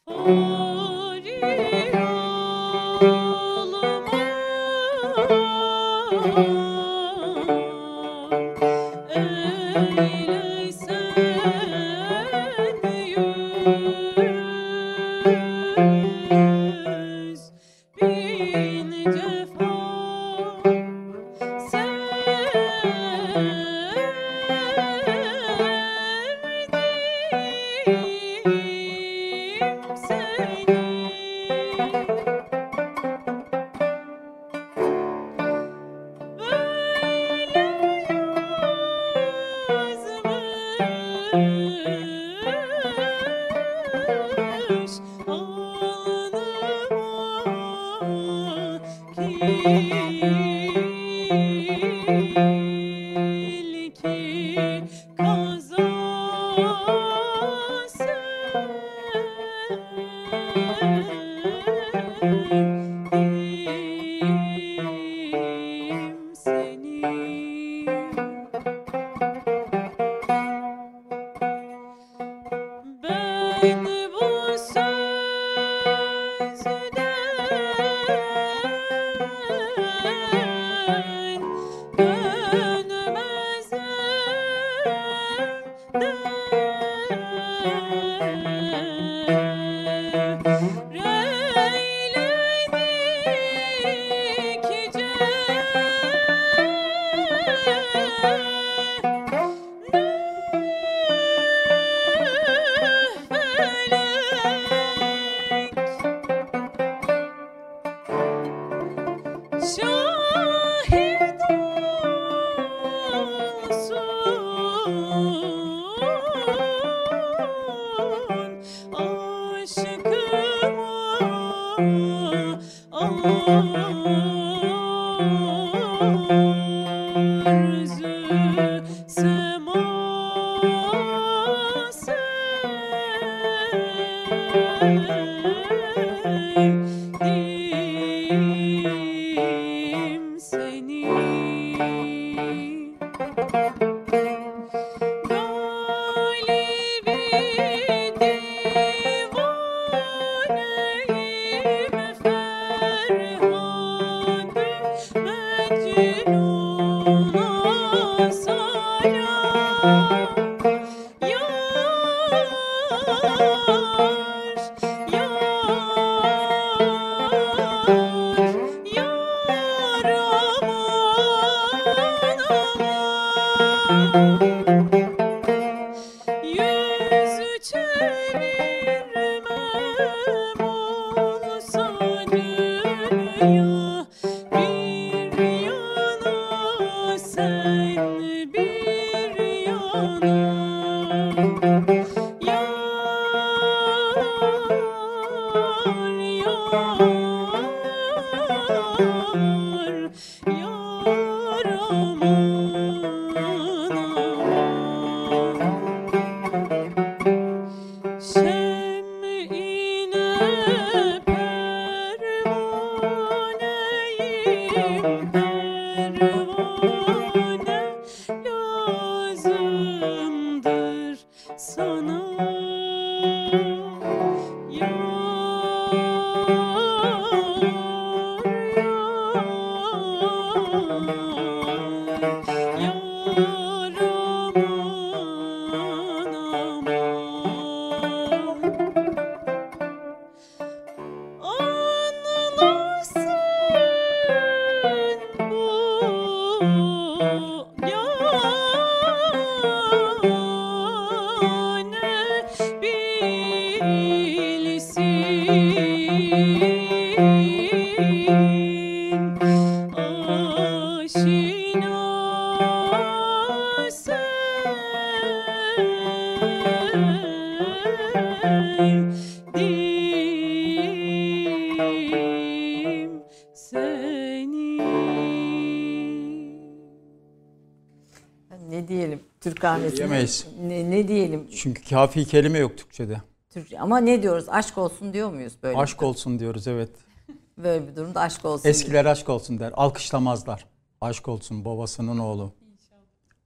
Diyemeyiz. Ne diyelim? Çünkü kafi kelime yok Türkçe'de. Ama ne diyoruz? Aşk olsun diyor muyuz böyle? Aşk olsun diyoruz, evet. Böyle bir durumda aşk olsun. Eskiler aşk olsun der. Alkışlamazlar. Aşk olsun babasının oğlu.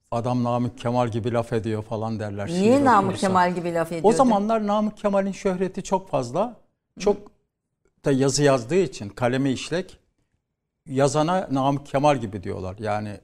Adam Namık Kemal gibi laf ediyor falan derler. Niye şiir Namık okursa. Kemal gibi laf ediyordu? O zamanlar Namık Kemal'in şöhreti çok fazla. Çok da yazı yazdığı için kalemi işlek. Yazana Namık Kemal gibi diyorlar. Yani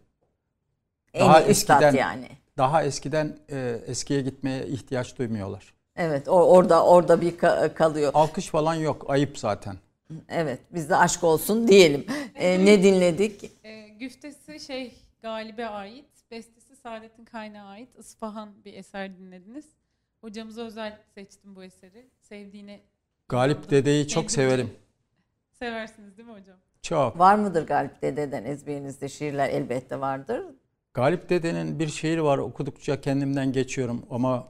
daha en iyi üstad eskiden yani. daha eskiden eskiye gitmeye ihtiyaç duymuyorlar. Evet, orada bir kalıyor. Alkış falan yok. Ayıp zaten. Evet, biz de aşk olsun diyelim. Ne dinledik? Güftesi Galip'e ait, bestesi Saadettin Kaynağı ait İsfahan bir eser dinlediniz. Hocamıza özel seçtim bu eseri. Sevdiğine Galip inandım. dedeyi çok Kendince severim. Seversiniz değil mi hocam? Çok. Var mıdır Galip Dede'den ezberinizde şiirler? Elbette vardır. Galip dedenin bir şiiri var. Okudukça kendimden geçiyorum ama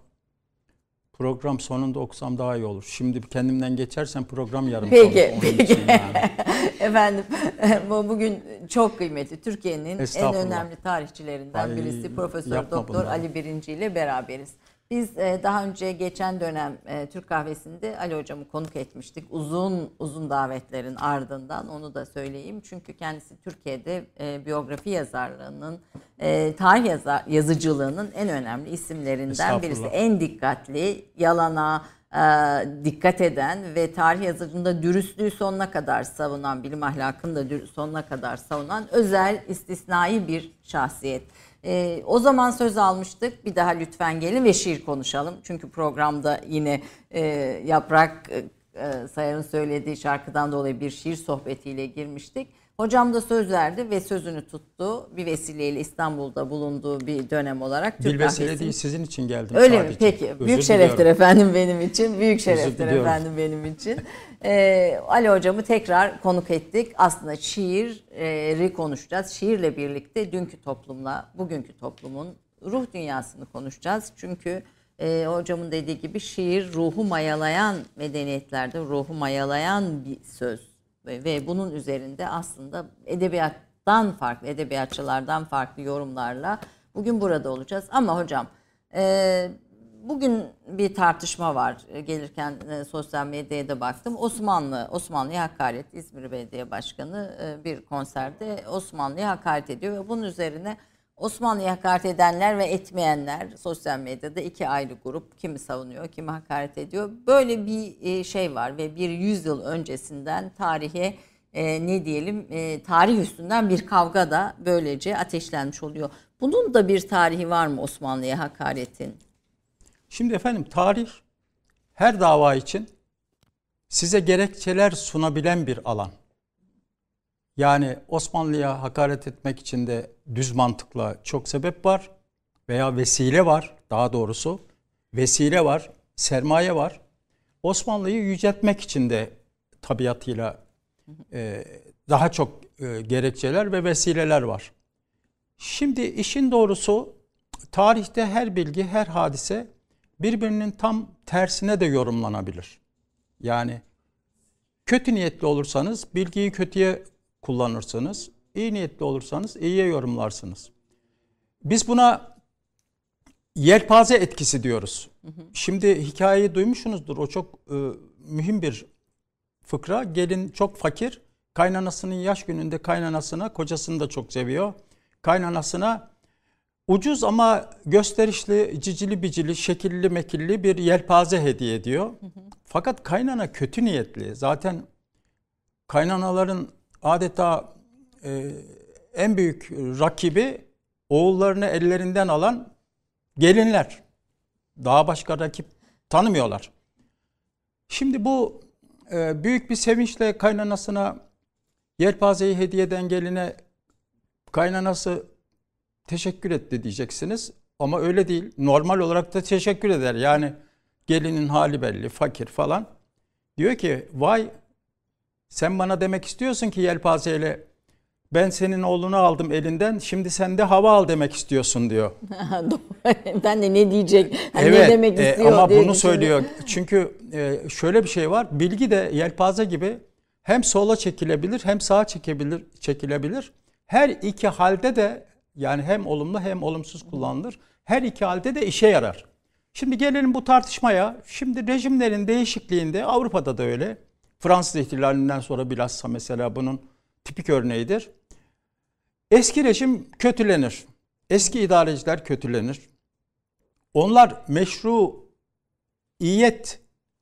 program sonunda okusam daha iyi olur. Şimdi kendimden geçersem program yarım kalır. Peki, Onun peki. için yani. Efendim, bugün çok kıymetli. Türkiye'nin en Estağfurullah. önemli tarihçilerinden Ay, birisi Profesör yapma Doktor bunları. Ali Birinci ile beraberiz. Biz daha önce geçen dönem Türk Kahvesi'nde Ali Hocam'ı konuk etmiştik. Uzun davetlerin ardından onu da söyleyeyim. Çünkü kendisi Türkiye'de biyografi yazarlığının, tarih yazıcılığının en önemli isimlerinden birisi. En dikkatli, yalana dikkat eden ve tarih yazıcılığında dürüstlüğü sonuna kadar savunan, bilim ahlakını da sonuna kadar savunan özel, istisnai bir şahsiyet. O zaman söz almıştık. Bir daha lütfen gelin ve şiir konuşalım. Çünkü programda yine Yaprak Sayar'ın söylediği şarkıdan dolayı bir şiir sohbetiyle girmiştik. Hocam da söz verdi ve sözünü tuttu. Bir vesileyle İstanbul'da bulunduğu bir dönem olarak Türk Bir vesile Kahvesi'nin... değil, sizin için geldim Öyle sadece. mi? Peki. Özür Büyük şereftir diliyorum. efendim benim için. Büyük şereftir diliyorum. efendim benim için. Ali Hocam'ı tekrar konuk ettik. Aslında şiiri konuşacağız. Şiirle birlikte dünkü toplumla bugünkü toplumun ruh dünyasını konuşacağız. Çünkü hocamın dediği gibi şiir ruhu mayalayan medeniyetlerde ruhu mayalayan bir söz. Ve bunun üzerinde aslında edebiyattan farklı, edebiyatçılardan farklı yorumlarla bugün burada olacağız. Ama hocam bugün bir tartışma var. Gelirken sosyal medyaya da baktım. Osmanlı'ya hakaret. İzmir Belediye Başkanı bir konserde Osmanlı'ya hakaret ediyor ve bunun üzerine Osmanlı'ya hakaret edenler ve etmeyenler sosyal medyada iki ayrı grup. Kimi savunuyor, kimi hakaret ediyor. Böyle bir şey var ve bir 100 yıl öncesinden tarihe tarih üstünden bir kavga da böylece ateşlenmiş oluyor. Bunun da bir tarihi var mı Osmanlı'ya hakaretin? Şimdi efendim tarih her dava için size gerekçeler sunabilen bir alan. Yani Osmanlı'ya hakaret etmek için de düz mantıkla çok sebep var veya vesile var, daha doğrusu vesile var, sermaye var. Osmanlı'yı yüceltmek için de tabiatıyla daha çok gerekçeler ve vesileler var. Şimdi işin doğrusu tarihte her bilgi, her hadise birbirinin tam tersine de yorumlanabilir. Yani kötü niyetli olursanız bilgiyi kötüye kullanırsınız. İyi niyetli olursanız iyiye yorumlarsınız. Biz buna yelpaze etkisi diyoruz. Şimdi hikayeyi duymuşsunuzdur. O çok mühim bir fıkra. Gelin çok fakir. Kaynanasının yaş gününde kaynanasına, kocasını da çok seviyor. Kaynanasına ucuz ama gösterişli, cicili bicili, şekilli mekilli bir yelpaze hediye ediyor. Fakat kaynana kötü niyetli. Zaten kaynanaların adeta en büyük rakibi oğullarını ellerinden alan gelinler. Daha başka rakip tanımıyorlar. Şimdi bu büyük bir sevinçle kaynanasına yelpazeyi hediye eden geline kaynanası teşekkür etti diyeceksiniz. Ama öyle değil. Normal olarak da teşekkür eder. Yani gelinin hali belli, fakir falan. Diyor ki vay sen bana demek istiyorsun ki yelpazeyle ben senin oğlunu aldım elinden şimdi sen de hava al demek istiyorsun diyor. Ben de ne diyecek, evet, ne demek istiyor ama diye bunu söylüyor. Çünkü şöyle bir şey var. Bilgi de yelpaze gibi hem sola çekilebilir hem sağa çekilebilir. Her iki halde de yani hem olumlu hem olumsuz kullanılır. Her iki halde de işe yarar. Şimdi gelelim bu tartışmaya. Şimdi rejimlerin değişikliğinde Avrupa'da da öyle. Fransız ihtilalinden sonra bilhassa mesela bunun tipik örneğidir. Eski rejim kötülenir. Eski idareciler kötülenir. Onlar meşruiyet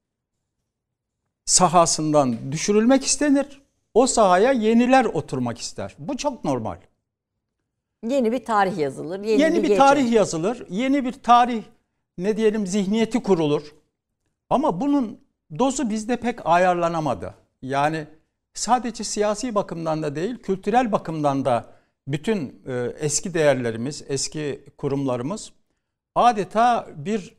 sahasından düşürülmek istenir. O sahaya yeniler oturmak ister. Bu çok normal. Yeni bir tarih yazılır. Yeni bir gece. tarih yazılır. Yeni bir tarih zihniyeti kurulur. Ama bunun dozu bizde pek ayarlanamadı. Yani sadece siyasi bakımdan da değil, kültürel bakımdan da bütün eski değerlerimiz, eski kurumlarımız adeta bir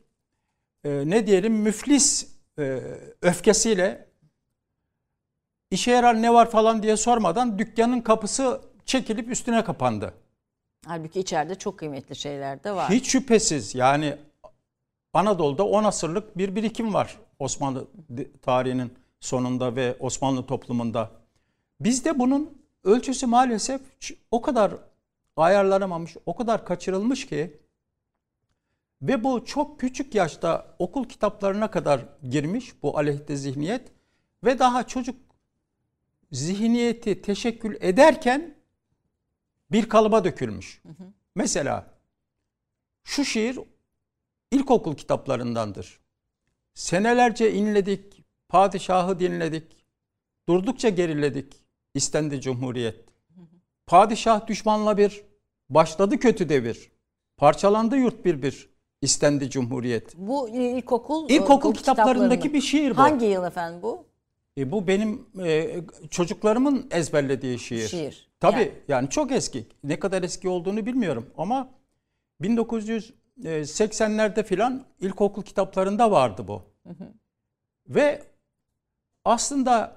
müflis öfkesiyle işe yarar ne var falan diye sormadan dükkanın kapısı çekilip üstüne kapandı. Halbuki içeride çok kıymetli şeyler de var. Hiç şüphesiz, yani Anadolu'da 10 asırlık bir birikim var Osmanlı tarihinin sonunda ve Osmanlı toplumunda. Bizde bunun ölçüsü maalesef o kadar ayarlanamamış, o kadar kaçırılmış ki ve bu çok küçük yaşta okul kitaplarına kadar girmiş bu aleyhte zihniyet ve daha çocuk zihniyeti teşekkül ederken bir kalıba dökülmüş. Mesela şu şiir ilkokul kitaplarındandır. Senelerce inledik, padişahı dinledik, durdukça geriledik, istendi cumhuriyet. Padişah düşmanla bir, başladı kötü devir, parçalandı yurt bir, istendi cumhuriyet. Bu ilkokul kitaplarındaki bir şiir bu. Hangi yıl efendim bu? Bu benim çocuklarımın ezberlediği şiir. Şiir. Tabii yani çok eski. Ne kadar eski olduğunu bilmiyorum ama 1980'lerde filan ilkokul kitaplarında vardı bu. Ve aslında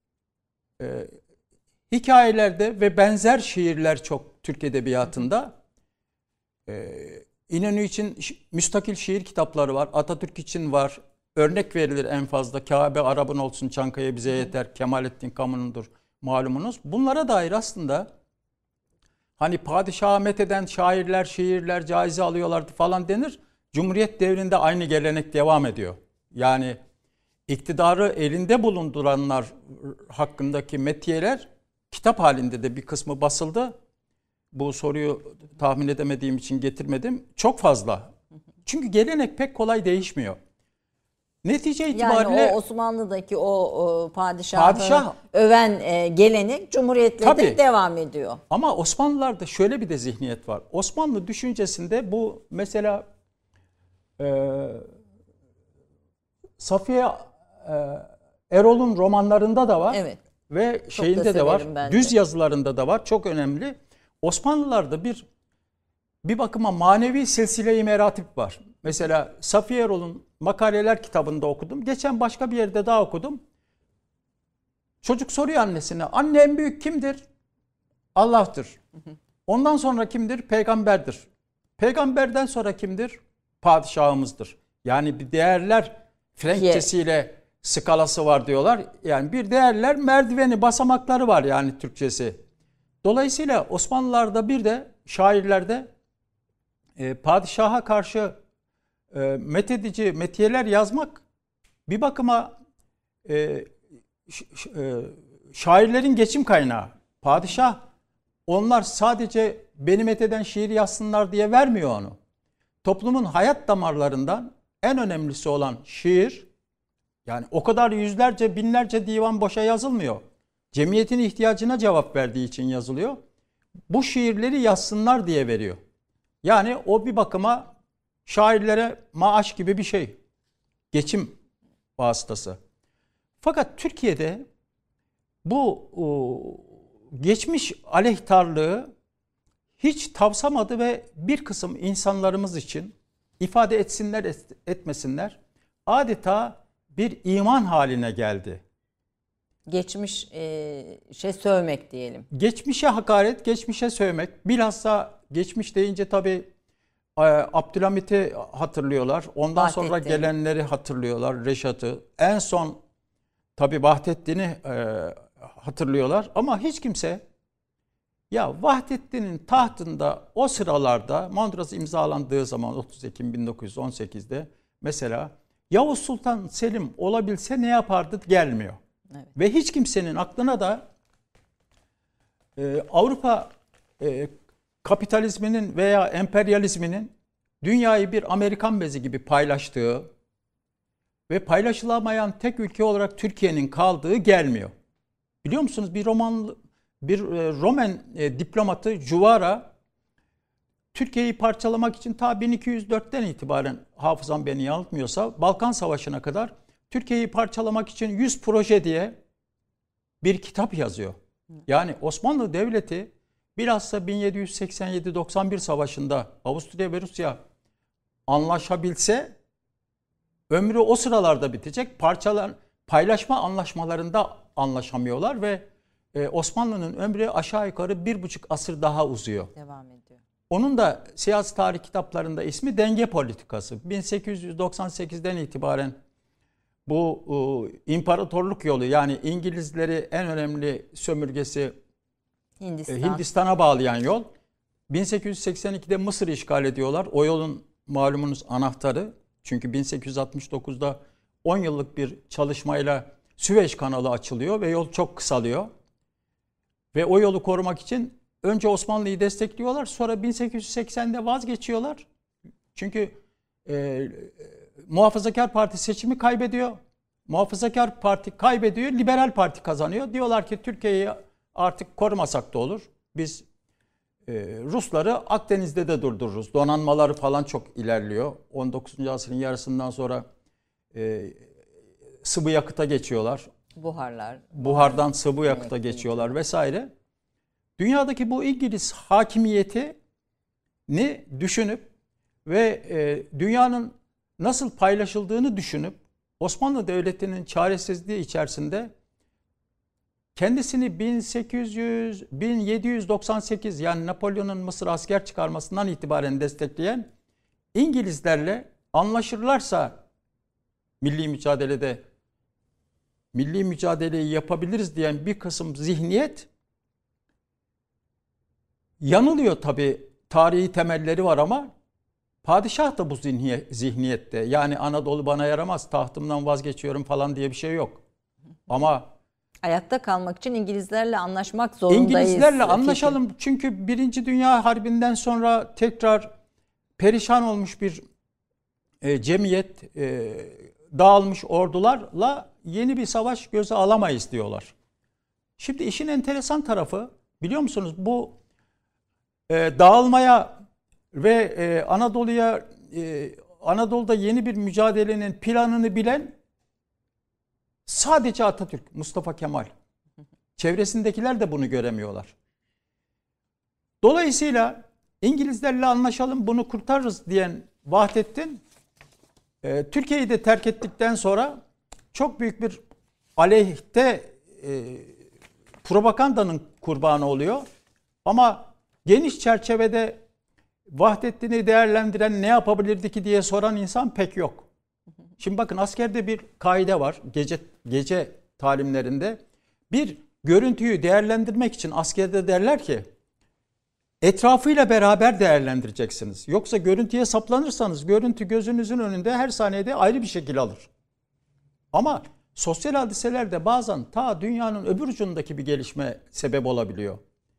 hikayelerde ve benzer şiirler çok Türk edebiyatında. İnönü için müstakil şiir kitapları var. Atatürk için var. Örnek verilir en fazla. Kabe Arap'ın olsun, Çankaya bize yeter. Kemalettin Kamun'undur malumunuz. Bunlara dair aslında hani padişaha metheden şairler, şiirler caize alıyorlardı falan denir. Cumhuriyet devrinde aynı gelenek devam ediyor. Yani iktidarı elinde bulunduranlar hakkındaki metiyeler kitap halinde de bir kısmı basıldı. Bu soruyu tahmin edemediğim için getirmedim. Çok fazla. Çünkü gelenek pek kolay değişmiyor. Netice itibariyle... Yani o Osmanlı'daki o padişahı öven gelenek Cumhuriyet'le de devam ediyor. Ama Osmanlılar'da şöyle bir de zihniyet var. Osmanlı düşüncesinde bu mesela Safiye Erol'un romanlarında da var. Evet. Ve Çok şeyinde de var. Düz de. yazılarında da var. Çok önemli. Osmanlılar'da bir bakıma manevi silsile-i meratip var. Mesela Safiye Erol'un makaleler kitabında okudum. Geçen başka bir yerde daha okudum. Çocuk soruyor annesine. Anne, en büyük kimdir? Allah'tır. Ondan sonra kimdir? Peygamberdir. Peygamberden sonra kimdir? Padişahımızdır. Yani bir değerler Frenkçesiyle skalası var diyorlar. Yani bir değerler merdiveni, basamakları var yani Türkçesi. Dolayısıyla Osmanlılar'da bir de şairlerde padişaha karşı methedici metiyeler yazmak bir bakıma şairlerin geçim kaynağı. Padişah onlar sadece beni metheden şiir yazsınlar diye vermiyor onu. Toplumun hayat damarlarından en önemlisi olan şiir, yani o kadar yüzlerce binlerce divan boşa yazılmıyor. Cemiyetin ihtiyacına cevap verdiği için yazılıyor. Bu şiirleri yazsınlar diye veriyor. Yani o bir bakıma şairlere maaş gibi bir şey. Geçim vasıtası. Fakat Türkiye'de bu geçmiş aleyhtarlığı hiç tavsamadı ve bir kısım insanlarımız için ifade etsinler etmesinler adeta bir iman haline geldi. Geçmiş sövmek diyelim. Geçmişe hakaret, geçmişe sövmek. Bilhassa geçmiş deyince tabii Abdülhamit'i hatırlıyorlar. Ondan sonra gelenleri hatırlıyorlar. Reşat'ı. En son tabii Vahdettin'i hatırlıyorlar. Ama hiç kimse ya Vahdettin'in tahtında o sıralarda Mondros imzalandığı zaman 30 Ekim 1918'de mesela Yavuz Sultan Selim olabilse ne yapardı gelmiyor. Evet. Ve hiç kimsenin aklına da Avrupa kapitalizminin veya emperyalizminin dünyayı bir Amerikan bezi gibi paylaştığı ve paylaşılamayan tek ülke olarak Türkiye'nin kaldığı gelmiyor. Biliyor musunuz, bir Roman diplomatı Juvara Türkiye'yi parçalamak için ta 1204'ten itibaren, hafızam beni yanıltmıyorsa, Balkan Savaşı'na kadar Türkiye'yi parçalamak için 100 proje diye bir kitap yazıyor. Yani Osmanlı Devleti bilhassa 1787-91 savaşında Avusturya ve Rusya anlaşabilse ömrü o sıralarda bitecek. Paylaşma anlaşmalarında anlaşamıyorlar ve Osmanlı'nın ömrü aşağı yukarı 1,5 asır daha uzuyor. Devam ediyor. Onun da siyasi tarih kitaplarında ismi denge politikası. 1898'den itibaren bu imparatorluk yolu, yani İngilizleri en önemli sömürgesi Hindistan'a bağlayan yol. 1882'de Mısır işgal ediyorlar. O yolun malumunuz anahtarı. Çünkü 1869'da 10 yıllık bir çalışmayla Süveyş kanalı açılıyor ve yol çok kısalıyor. Ve o yolu korumak için önce Osmanlı'yı destekliyorlar. Sonra 1880'de vazgeçiyorlar. Çünkü Muhafazakar Parti seçimi kaybediyor. Muhafazakar Parti kaybediyor, Liberal Parti kazanıyor. Diyorlar ki Türkiye'yi artık korumasak da olur. Biz Rusları Akdeniz'de de durdururuz. Donanmaları falan çok ilerliyor. 19. asrın yarısından sonra sıvı yakıta geçiyorlar. Buhardan sıvı yakıta geçiyorlar vesaire. Dünyadaki bu İngiliz hakimiyetini düşünüp ve dünyanın nasıl paylaşıldığını düşünüp Osmanlı Devleti'nin çaresizliği içerisinde kendisini 1798 yani Napolyon'un Mısır asker çıkarmasından itibaren destekleyen İngilizlerle anlaşırlarsa milli mücadeleyi yapabiliriz diyen bir kısım zihniyet yanılıyor tabii. Tarihi temelleri var ama padişah da bu zihniyette. Yani Anadolu bana yaramaz, tahtımdan vazgeçiyorum falan diye bir şey yok. Ama ayakta kalmak için İngilizlerle anlaşmak zorundayız. İngilizlerle anlaşalım çünkü Birinci Dünya Harbi'nden sonra tekrar perişan olmuş bir cemiyet, dağılmış ordularla yeni bir savaş göze alamayız diyorlar. Şimdi işin enteresan tarafı, biliyor musunuz, bu dağılmaya ve Anadolu'da yeni bir mücadelenin planını bilen sadece Atatürk, Mustafa Kemal. Çevresindekiler de bunu göremiyorlar. Dolayısıyla İngilizlerle anlaşalım, bunu kurtarırız diyen Vahdettin, Türkiye'yi de terk ettikten sonra çok büyük bir aleyhte propagandanın kurbanı oluyor. Ama geniş çerçevede Vahdettin'i değerlendiren, ne yapabilirdi ki diye soran insan pek yok. Şimdi bakın, askerde bir kaide var, gece talimlerinde. Bir görüntüyü değerlendirmek için askerde derler ki etrafıyla beraber değerlendireceksiniz. Yoksa görüntüye saplanırsanız görüntü gözünüzün önünde her saniyede ayrı bir şekil alır. Ama sosyal hadiselerde bazen ta dünyanın öbür ucundaki bir gelişme sebep olabiliyor.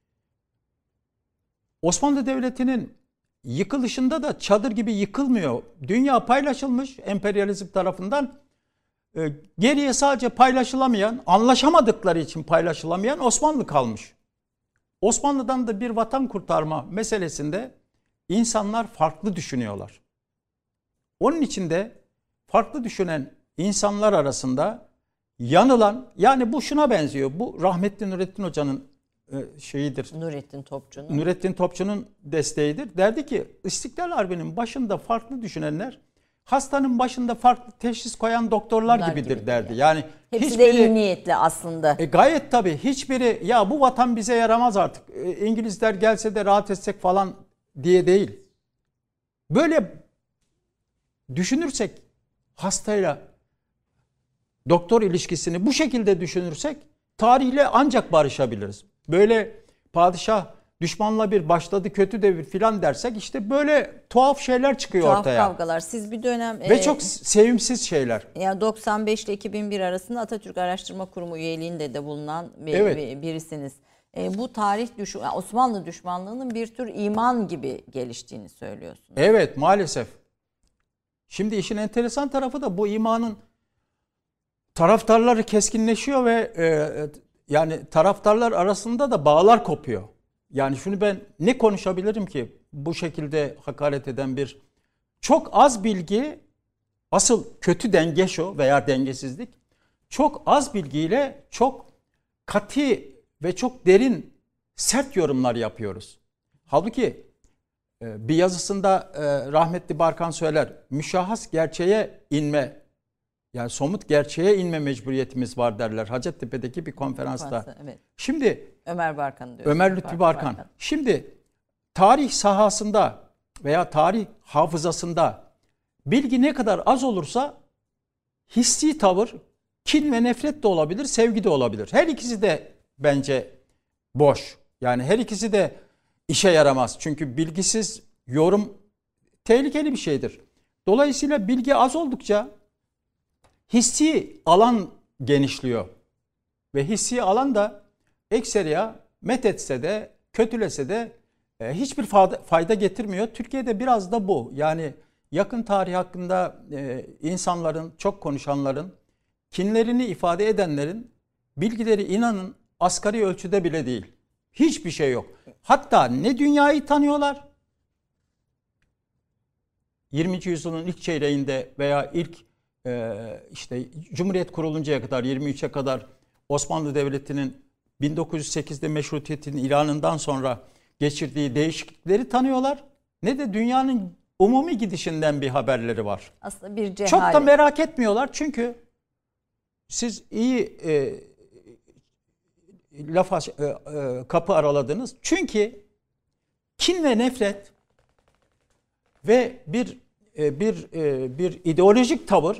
Osmanlı Devleti'nin yıkılışında da çadır gibi yıkılmıyor. Dünya paylaşılmış emperyalizm tarafından. Geriye sadece paylaşılamayan, anlaşamadıkları için paylaşılamayan Osmanlı kalmış. Osmanlı'dan da bir vatan kurtarma meselesinde insanlar farklı düşünüyorlar. Onun için de farklı düşünen insanlar arasında yanılan, yani bu şuna benziyor. Bu rahmetli Nurettin Hoca'nın şeyidir. Nurettin Topçu'nun desteğidir. Derdi ki İstiklal Harbi'nin başında farklı düşünenler hastanın başında farklı teşhis koyan doktorlar gibidir derdi. Yani hepsi de iyi niyetli aslında. Gayet tabii, hiçbiri ya bu vatan bize yaramaz artık, İngilizler gelse de rahat etsek falan diye değil. Böyle düşünürsek, hastayla doktor ilişkisini bu şekilde düşünürsek tarihle ancak barışabiliriz. Böyle padişah düşmanla bir başladı kötü devir filan dersek işte böyle tuhaf şeyler çıkıyor ortaya. Tuhaf kavgalar. Siz bir dönem ve çok sevimsiz şeyler. Yani 95 ile 2001 arasında Atatürk Araştırma Kurumu üyeliğinde de bulunan birisiniz. bu Osmanlı düşmanlığının bir tür iman gibi geliştiğini söylüyorsunuz. Evet, maalesef. Şimdi işin enteresan tarafı da bu imanın taraftarları keskinleşiyor ve yani taraftarlar arasında da bağlar kopuyor. Yani şunu ben ne konuşabilirim ki bu şekilde hakaret eden bir çok az bilgi, asıl kötü denge şu veya dengesizlik, çok az bilgiyle çok katı ve çok derin sert yorumlar yapıyoruz. Halbuki bir yazısında rahmetli Barkan söyler, müşahhas gerçeğe inme, yani somut gerçeğe inme mecburiyetimiz var derler Hacettepe'deki bir konferansta. Evet. Şimdi Ömer Barkan diyor. Ömer Lütfi Barkan. Şimdi tarih sahasında veya tarih hafızasında bilgi ne kadar az olursa hissi tavır, kin ve nefret de olabilir, sevgi de olabilir. Her ikisi de bence boş. Yani her ikisi de işe yaramaz. Çünkü bilgisiz yorum tehlikeli bir şeydir. Dolayısıyla bilgi az oldukça hissi alan genişliyor. Ve hissi alan da ekseriya methetse de kötülese de hiçbir fayda getirmiyor. Türkiye'de biraz da bu. Yani yakın tarih hakkında insanların, çok konuşanların, kinlerini ifade edenlerin bilgileri inanın asgari ölçüde bile değil. Hiçbir şey yok. Hatta ne dünyayı tanıyorlar, 20. yüzyılın ilk çeyreğinde veya ilk işte Cumhuriyet kuruluncaya kadar 23'e kadar Osmanlı Devleti'nin 1908'de meşrutiyetin ilanından sonra geçirdiği değişiklikleri tanıyorlar. Ne de dünyanın umumi gidişinden bir haberleri var. Aslında bir cehalet. Çok da merak etmiyorlar çünkü siz iyi lafa kapı araladınız. Çünkü kin ve nefret ve bir ideolojik tavır,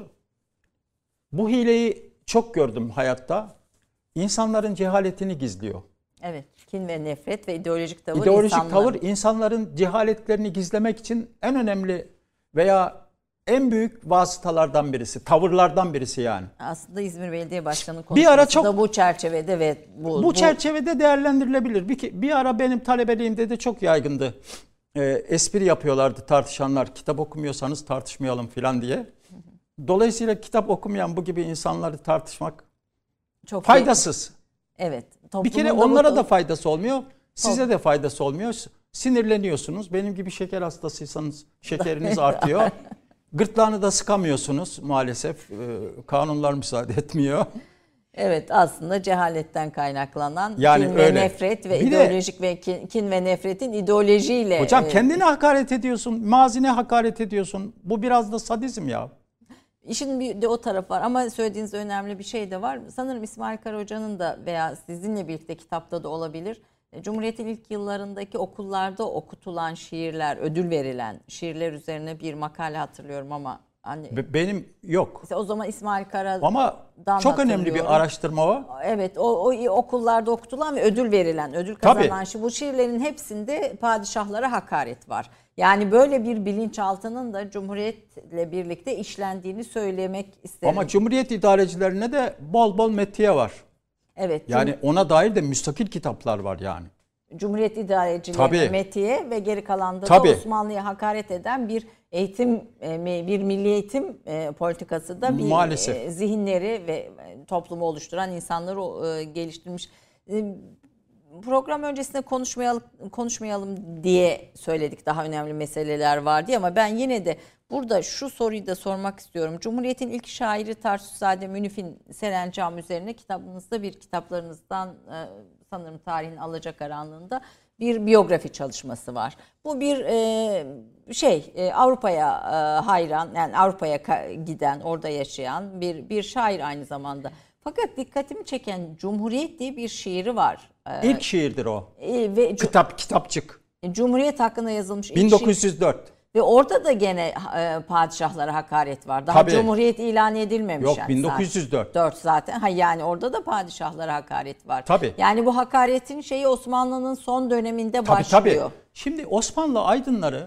bu hileyi çok gördüm hayatta. İnsanların cehaletini gizliyor. Evet, kin ve nefret ve ideolojik tavır tavır insanların cehaletlerini gizlemek için en önemli veya en büyük vasıtalardan birisi, tavırlardan birisi yani. Aslında İzmir Belediye Başkanı bir ara konuşması da bu çerçevede ve bu çerçevede değerlendirilebilir. Bir ara benim talebeliğimde de çok yaygındı. Espri yapıyorlardı tartışanlar. Kitap okumuyorsanız tartışmayalım falan diye. Dolayısıyla kitap okumayan bu gibi insanları tartışmak çok faydasız. Evet. Bir kere onlara da faydası olmuyor. Size de faydası olmuyor. Sinirleniyorsunuz. Benim gibi şeker hastasıysanız şekeriniz artıyor. Gırtlağını da sıkamıyorsunuz maalesef. Kanunlar müsaade etmiyor. Evet, aslında cehaletten kaynaklanan yani kin öyle. ve nefret ve ideolojik ve kin ve nefretin ideolojiyle. Hocam kendine hakaret ediyorsun, mazine hakaret ediyorsun. Bu biraz da sadizm ya. İşin bir de o taraf var ama söylediğiniz önemli bir şey de var. Sanırım İsmail Kara Hoca'nın da veya sizinle birlikte kitapta da olabilir. Cumhuriyet'in ilk yıllarındaki okullarda okutulan şiirler, ödül verilen şiirler üzerine bir makale hatırlıyorum ama hani benim yok. O zaman İsmail Kara'dan ama çok önemli bir araştırma o. Evet, o okullarda okutulan ve ödül verilen, ödül kazanan bu şiirlerin hepsinde padişahlara hakaret var. Yani böyle bir bilinçaltının da Cumhuriyet'le birlikte işlendiğini söylemek isterim. Ama Cumhuriyet idarecilerine de bol bol metiye var. Evet. Yani ona dair de müstakil kitaplar var yani. Cumhuriyet idarecilerine metiye ve geri kalanda da Osmanlı'ya hakaret eden bir eğitim, bir milli eğitim politikası da bir maalesef zihinleri ve toplumu oluşturan insanları geliştirmiş. Program öncesinde konuşmayalım diye söyledik, daha önemli meseleler var diye, ama ben yine de burada şu soruyu da sormak istiyorum. Cumhuriyet'in ilk şairi Tarsusade Münif'in Serencam üzerine kitabınızda, bir kitaplarınızdan sanırım Tarihin Alacakaranlığı'nda bir biyografi çalışması var. Bu bir Avrupa'ya hayran, yani Avrupa'ya giden, orada yaşayan bir şair aynı zamanda. Fakat dikkatimi çeken Cumhuriyet diye bir şiiri var. İlk şiirdir o. Ve kitapçık. Cumhuriyet hakkında yazılmış 1904. Şiir. Ve orada da gene padişahlara hakaret var. Daha Cumhuriyet ilan edilmemiş. Yok, 1904. 4 zaten. Yani orada da padişahlara hakaret var. Tabii. Yani bu hakaretin şeyi Osmanlı'nın son döneminde başlıyor. Tabii. Şimdi Osmanlı aydınları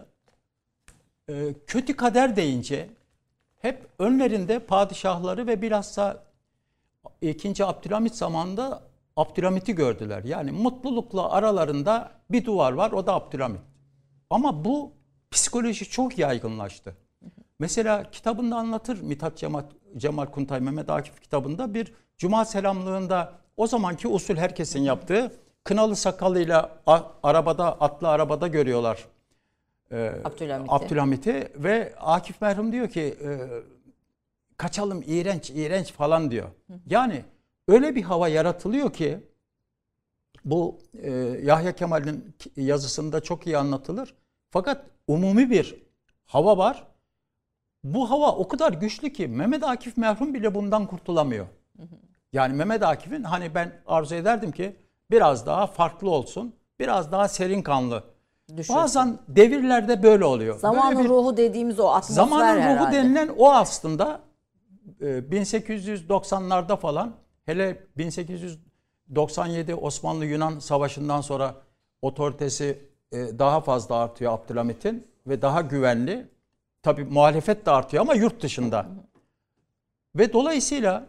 kötü kader deyince hep önlerinde padişahları ve bilhassa 2. Abdülhamit zamanında Abdülhamit'i gördüler. Yani mutlulukla aralarında bir duvar var, o da Abdülhamit. Ama bu psikoloji çok yaygınlaştı. Mesela kitabında anlatır Mithat Cemal Kuntay, Mehmet Akif kitabında bir cuma selamlığında o zamanki usul herkesin yaptığı kınalı sakalıyla atlı arabada görüyorlar Abdülhamit'i ve Akif merhum diyor ki kaçalım, iğrenç iğrenç falan diyor. Yani öyle bir hava yaratılıyor ki bu Yahya Kemal'in yazısında çok iyi anlatılır. Fakat umumi bir hava var. Bu hava o kadar güçlü ki Mehmet Akif merhum bile bundan kurtulamıyor. Yani Mehmet Akif'in hani ben arzu ederdim ki biraz daha farklı olsun, biraz daha serin kanlı. Düşünsün. Bazen devirlerde böyle oluyor. Zamanın ruhu dediğimiz o atmosfer zamanın herhalde. ruhu denilen o aslında 1890'larda falan, hele 1897 Osmanlı-Yunan Savaşı'ndan sonra otoritesi daha fazla artıyor Abdülhamit'in ve daha güvenli. Tabii muhalefet de artıyor ama yurt dışında. Ve dolayısıyla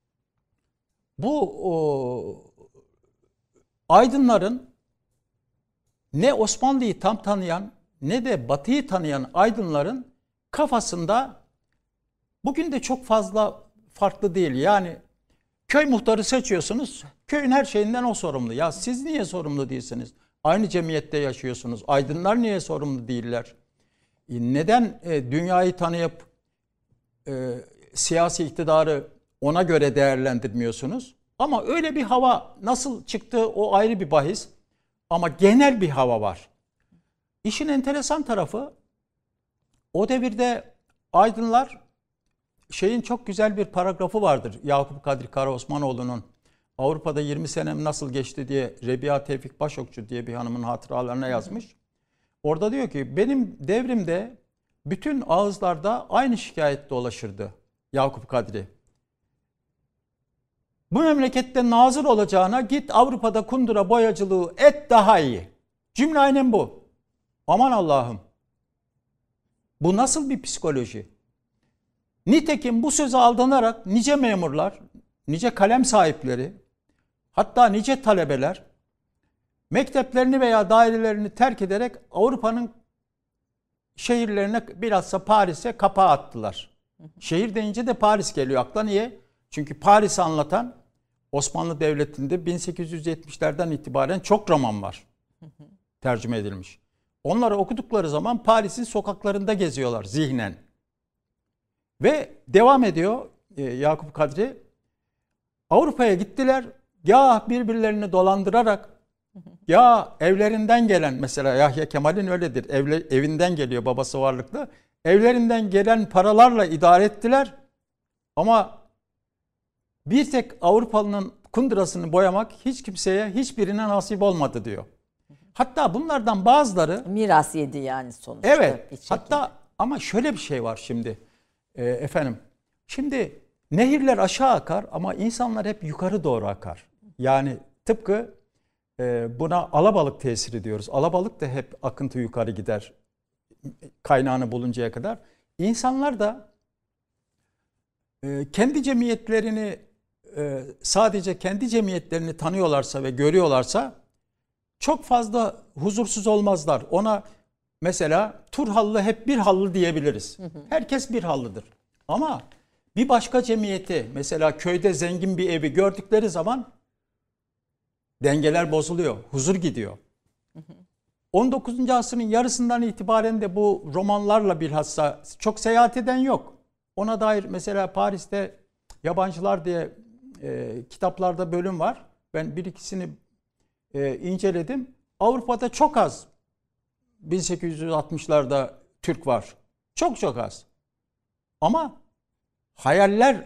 bu aydınların ne Osmanlı'yı tam tanıyan ne de Batı'yı tanıyan aydınların kafasında bugün de çok fazla farklı değil. Yani köy muhtarı seçiyorsunuz, köyün her şeyinden o sorumlu. Ya siz niye sorumlu değilsiniz? Aynı cemiyette yaşıyorsunuz. Aydınlar niye sorumlu değiller? Neden dünyayı tanıyıp siyasi iktidarı ona göre değerlendirmiyorsunuz? Ama öyle bir hava nasıl çıktığı o ayrı bir bahis. Ama genel bir hava var. İşin enteresan tarafı o devirde aydınlar şeyin çok güzel bir paragrafı vardır. Yakup Kadri Karaosmanoğlu'nun Avrupa'da 20 senem nasıl geçti diye Rebiya Tevfik Başokçu diye bir hanımın hatıralarına yazmış. Orada diyor ki benim devrimde bütün ağızlarda aynı şikayet dolaşırdı Yakup Kadri. Bu memlekette nazır olacağına git Avrupa'da kundura boyacılığı et daha iyi. Cümle aynen bu. Aman Allah'ım. Bu nasıl bir psikoloji? Nitekim bu söze aldanarak nice memurlar, nice kalem sahipleri, hatta nice talebeler mekteplerini veya dairelerini terk ederek Avrupa'nın şehirlerine, bilhassa Paris'e kapağı attılar. Şehir deyince de Paris geliyor akla. Niye? Çünkü Paris'i anlatan Osmanlı Devleti'nde 1870'lerden itibaren çok roman var. Tercüme edilmiş. Onları okudukları zaman Paris'in sokaklarında geziyorlar zihnen. Ve devam ediyor Yakup Kadri. Avrupa'ya gittiler. Ya birbirlerini dolandırarak ya evlerinden gelen, mesela Yahya Kemal'in öyledir. Evinden geliyor, babası varlıklı. Evlerinden gelen paralarla idare ettiler. Ama bir tek Avrupalı'nın kundurasını boyamak hiç kimseye, hiçbirine nasip olmadı diyor. Hatta bunlardan bazıları miras yedi yani sonuçta. Evet. Hatta ama şöyle bir şey var şimdi. Efendim. Şimdi nehirler aşağı akar ama insanlar hep yukarı doğru akar. Yani tıpkı buna alabalık tesiri diyoruz. Alabalık da hep akıntı yukarı gider. Kaynağını buluncaya kadar. İnsanlar da kendi cemiyetlerini sadece kendi cemiyetlerini tanıyorlarsa ve görüyorlarsa çok fazla huzursuz olmazlar. Ona mesela Turhallı hep bir hallı diyebiliriz. Herkes bir hallıdır. Ama bir başka cemiyeti, mesela köyde zengin bir evi gördükleri zaman dengeler bozuluyor, huzur gidiyor. 19. asrın yarısından itibaren de bu romanlarla bilhassa çok seyahat eden yok. Ona dair mesela Paris'te Yabancılar diye kitaplarda bölüm var. Ben bir ikisini inceledim. Avrupa'da çok az 1860'larda Türk var. Çok çok az. Ama hayalleri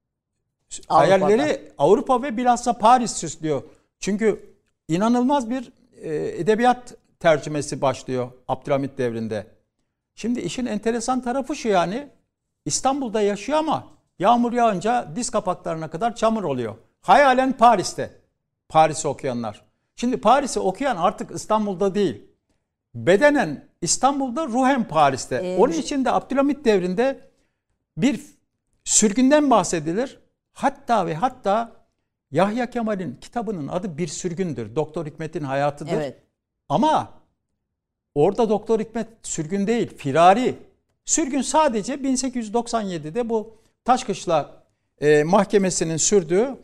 Avrupa ve bilhassa Paris süslüyor. Çünkü inanılmaz bir edebiyat tercümesi başlıyor Abdülhamit devrinde. Şimdi işin enteresan tarafı şu, yani İstanbul'da yaşıyor ama yağmur yağınca diz kapaklarına kadar çamur oluyor. Hayalen Paris'te. Paris'i okuyanlar. Şimdi Paris'i okuyan artık İstanbul'da değil. Bedenen İstanbul'da, ruhen Paris'te. Onun için de Abdülhamit devrinde bir sürgünden bahsedilir. Hatta ve hatta Yahya Kemal'in kitabının adı Bir Sürgündür. Doktor Hikmet'in hayatıdır. Evet. Ama orada Doktor Hikmet sürgün değil, firari. Sürgün sadece 1897'de bu Taşkışla mahkemesinin sürdüğü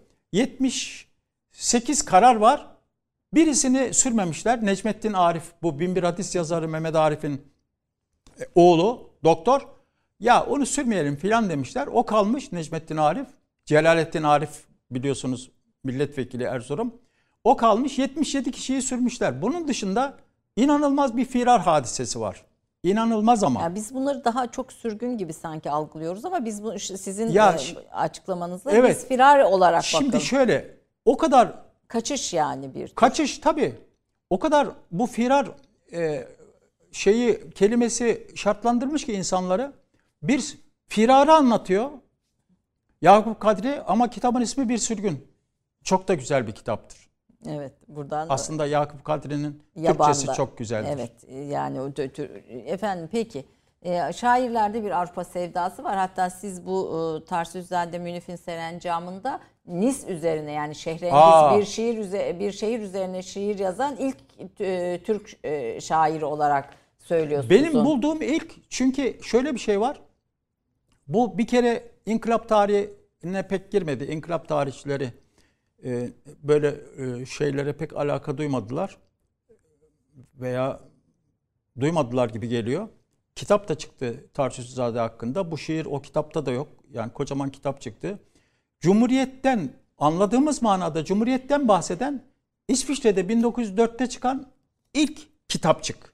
78 karar var. Birisini sürmemişler. Necmettin Arif, bu Binbir Hadis yazarı Mehmet Arif'in oğlu, doktor. Ya onu sürmeyelim filan demişler. O kalmış Necmettin Arif. Celalettin Arif biliyorsunuz milletvekili Erzurum. O kalmış, 77 kişiyi sürmüşler. Bunun dışında inanılmaz bir firar hadisesi var. İnanılmaz ama. Ya biz bunları daha çok sürgün gibi sanki algılıyoruz ama biz bu sizin açıklamanızla evet, biz firar olarak şimdi bakalım. şöyle, o kadar Kaçış yani bir. kaçış tabii. O kadar bu firar kelimesi şartlandırmış ki insanları. Bir firarı anlatıyor Yakup Kadri ama kitabın ismi Bir Sürgün. Çok da güzel bir kitaptır. Evet, buradan Aslında Yakup Kadri'nin yabanda, Türkçesi çok güzeldir. Evet, yani efendim peki. Şairlerde bir Avrupa sevdası var. Hatta siz bu Tarsüzade Münif'in Serencamı'nda Nis üzerine, yani Şehrengiz bir şehir üzerine şiir yazan ilk Türk şairi olarak söylüyorsunuz. Benim bulduğum ilk, çünkü şöyle bir şey var. Bu bir kere inkılap tarihine pek girmedi. İnkılap tarihçileri böyle şeylere pek alaka duymadılar veya duymadılar gibi geliyor. Kitap da çıktı Tarsüzade hakkında. Bu şiir o kitapta da yok. Yani kocaman kitap çıktı. Cumhuriyetten, anladığımız manada Cumhuriyetten bahseden İsviçre'de 1904'te çıkan ilk kitapçık.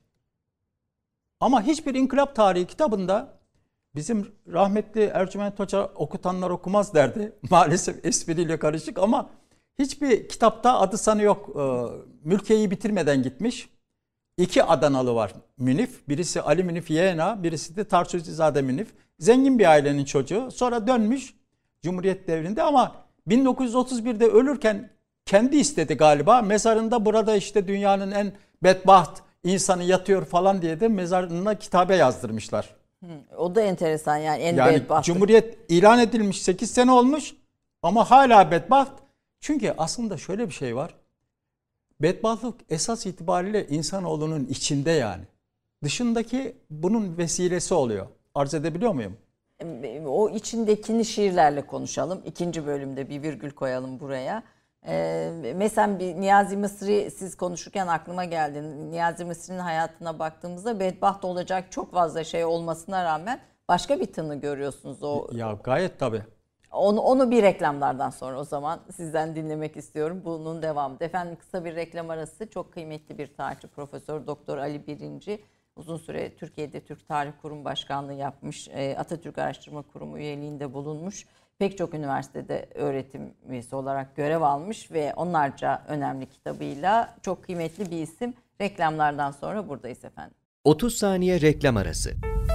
Ama hiçbir inkılap tarihi kitabında, bizim rahmetli Ercüment Hoca okutanlar okumaz derdi. Maalesef espriyle karışık ama hiçbir kitapta adı sanı yok. Mülkiye'yi bitirmeden gitmiş. 2 Adanalı var Münif. Birisi Ali Münif Yeğena, birisi de Tarsüzade Münif. Zengin bir ailenin çocuğu. Sonra dönmüş Cumhuriyet devrinde ama 1931'de ölürken kendi istedi galiba. Mezarında burada işte dünyanın en bedbaht insanı yatıyor falan diye de mezarına kitabe yazdırmışlar. O da enteresan yani, en yani bedbaht. Cumhuriyet ilan edilmiş 8 sene olmuş ama hala bedbaht. Çünkü aslında şöyle bir şey var. Bedbahtlık esas itibariyle insanoğlunun içinde yani. Dışındaki bunun vesilesi oluyor. Arz edebiliyor muyum? O içindekini şiirlerle konuşalım. 2. bölümde bir virgül koyalım buraya. Mesela bir Niyazi Mısri, siz konuşurken aklıma geldi. Niyazi Mısri'nin hayatına baktığımızda bedbaht olacak çok fazla şey olmasına rağmen başka bir tını görüyorsunuz. Ya gayet tabii. Onu bir reklamlardan sonra o zaman sizden dinlemek istiyorum. Bunun devamı. Efendim kısa bir reklam arası. Çok kıymetli bir tarihçi Profesör Doktor Ali Birinci uzun süre Türkiye'de Türk Tarih Kurum Başkanlığı yapmış. Atatürk Araştırma Kurumu üyeliğinde bulunmuş. Pek çok üniversitede öğretim üyesi olarak görev almış ve onlarca önemli kitabıyla çok kıymetli bir isim. Reklamlardan sonra buradayız efendim. 30 saniye reklam arası.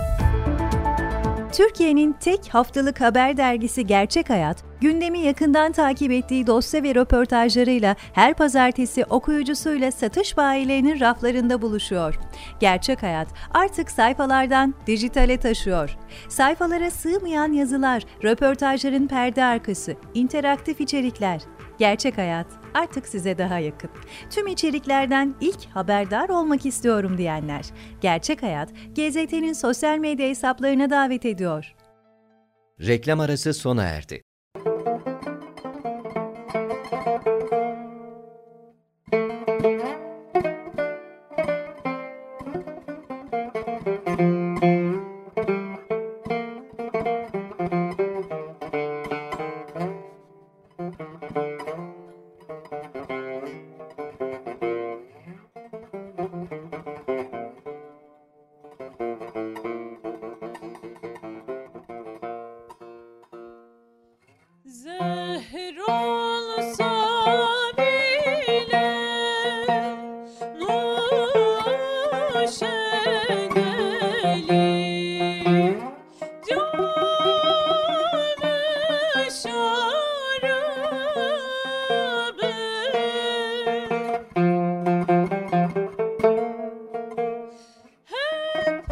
Türkiye'nin tek haftalık haber dergisi Gerçek Hayat, gündemi yakından takip ettiği dosya ve röportajlarıyla her pazartesi okuyucusuyla satış bayilerinin raflarında buluşuyor. Gerçek Hayat artık sayfalardan dijitale taşıyor. Sayfalara sığmayan yazılar, röportajların perde arkası, interaktif içerikler. Gerçek Hayat artık size daha yakın. Tüm içeriklerden ilk haberdar olmak istiyorum diyenler. Gerçek Hayat, GZT'nin sosyal medya hesaplarına davet ediyor. Reklam arası sona erdi. Zehir olsa bile nuş edelim, canı şarabe. Hep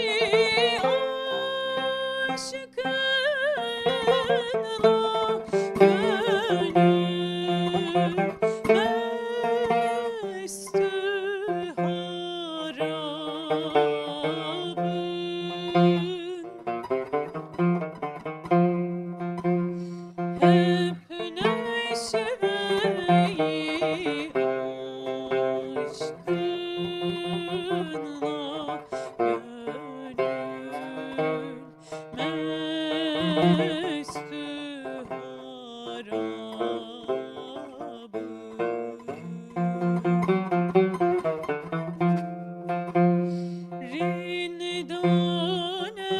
neşveyi aşkınla üstü harabı. Rindane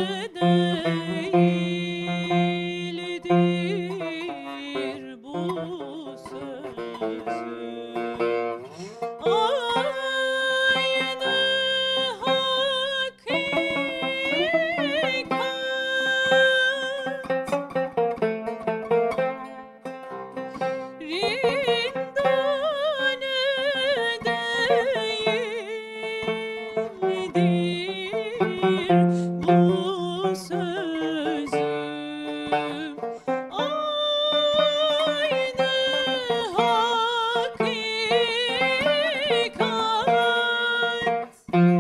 değildir bu sözüm. Aynı hakikat rindane değildir bu sözüm. Aynı hakikat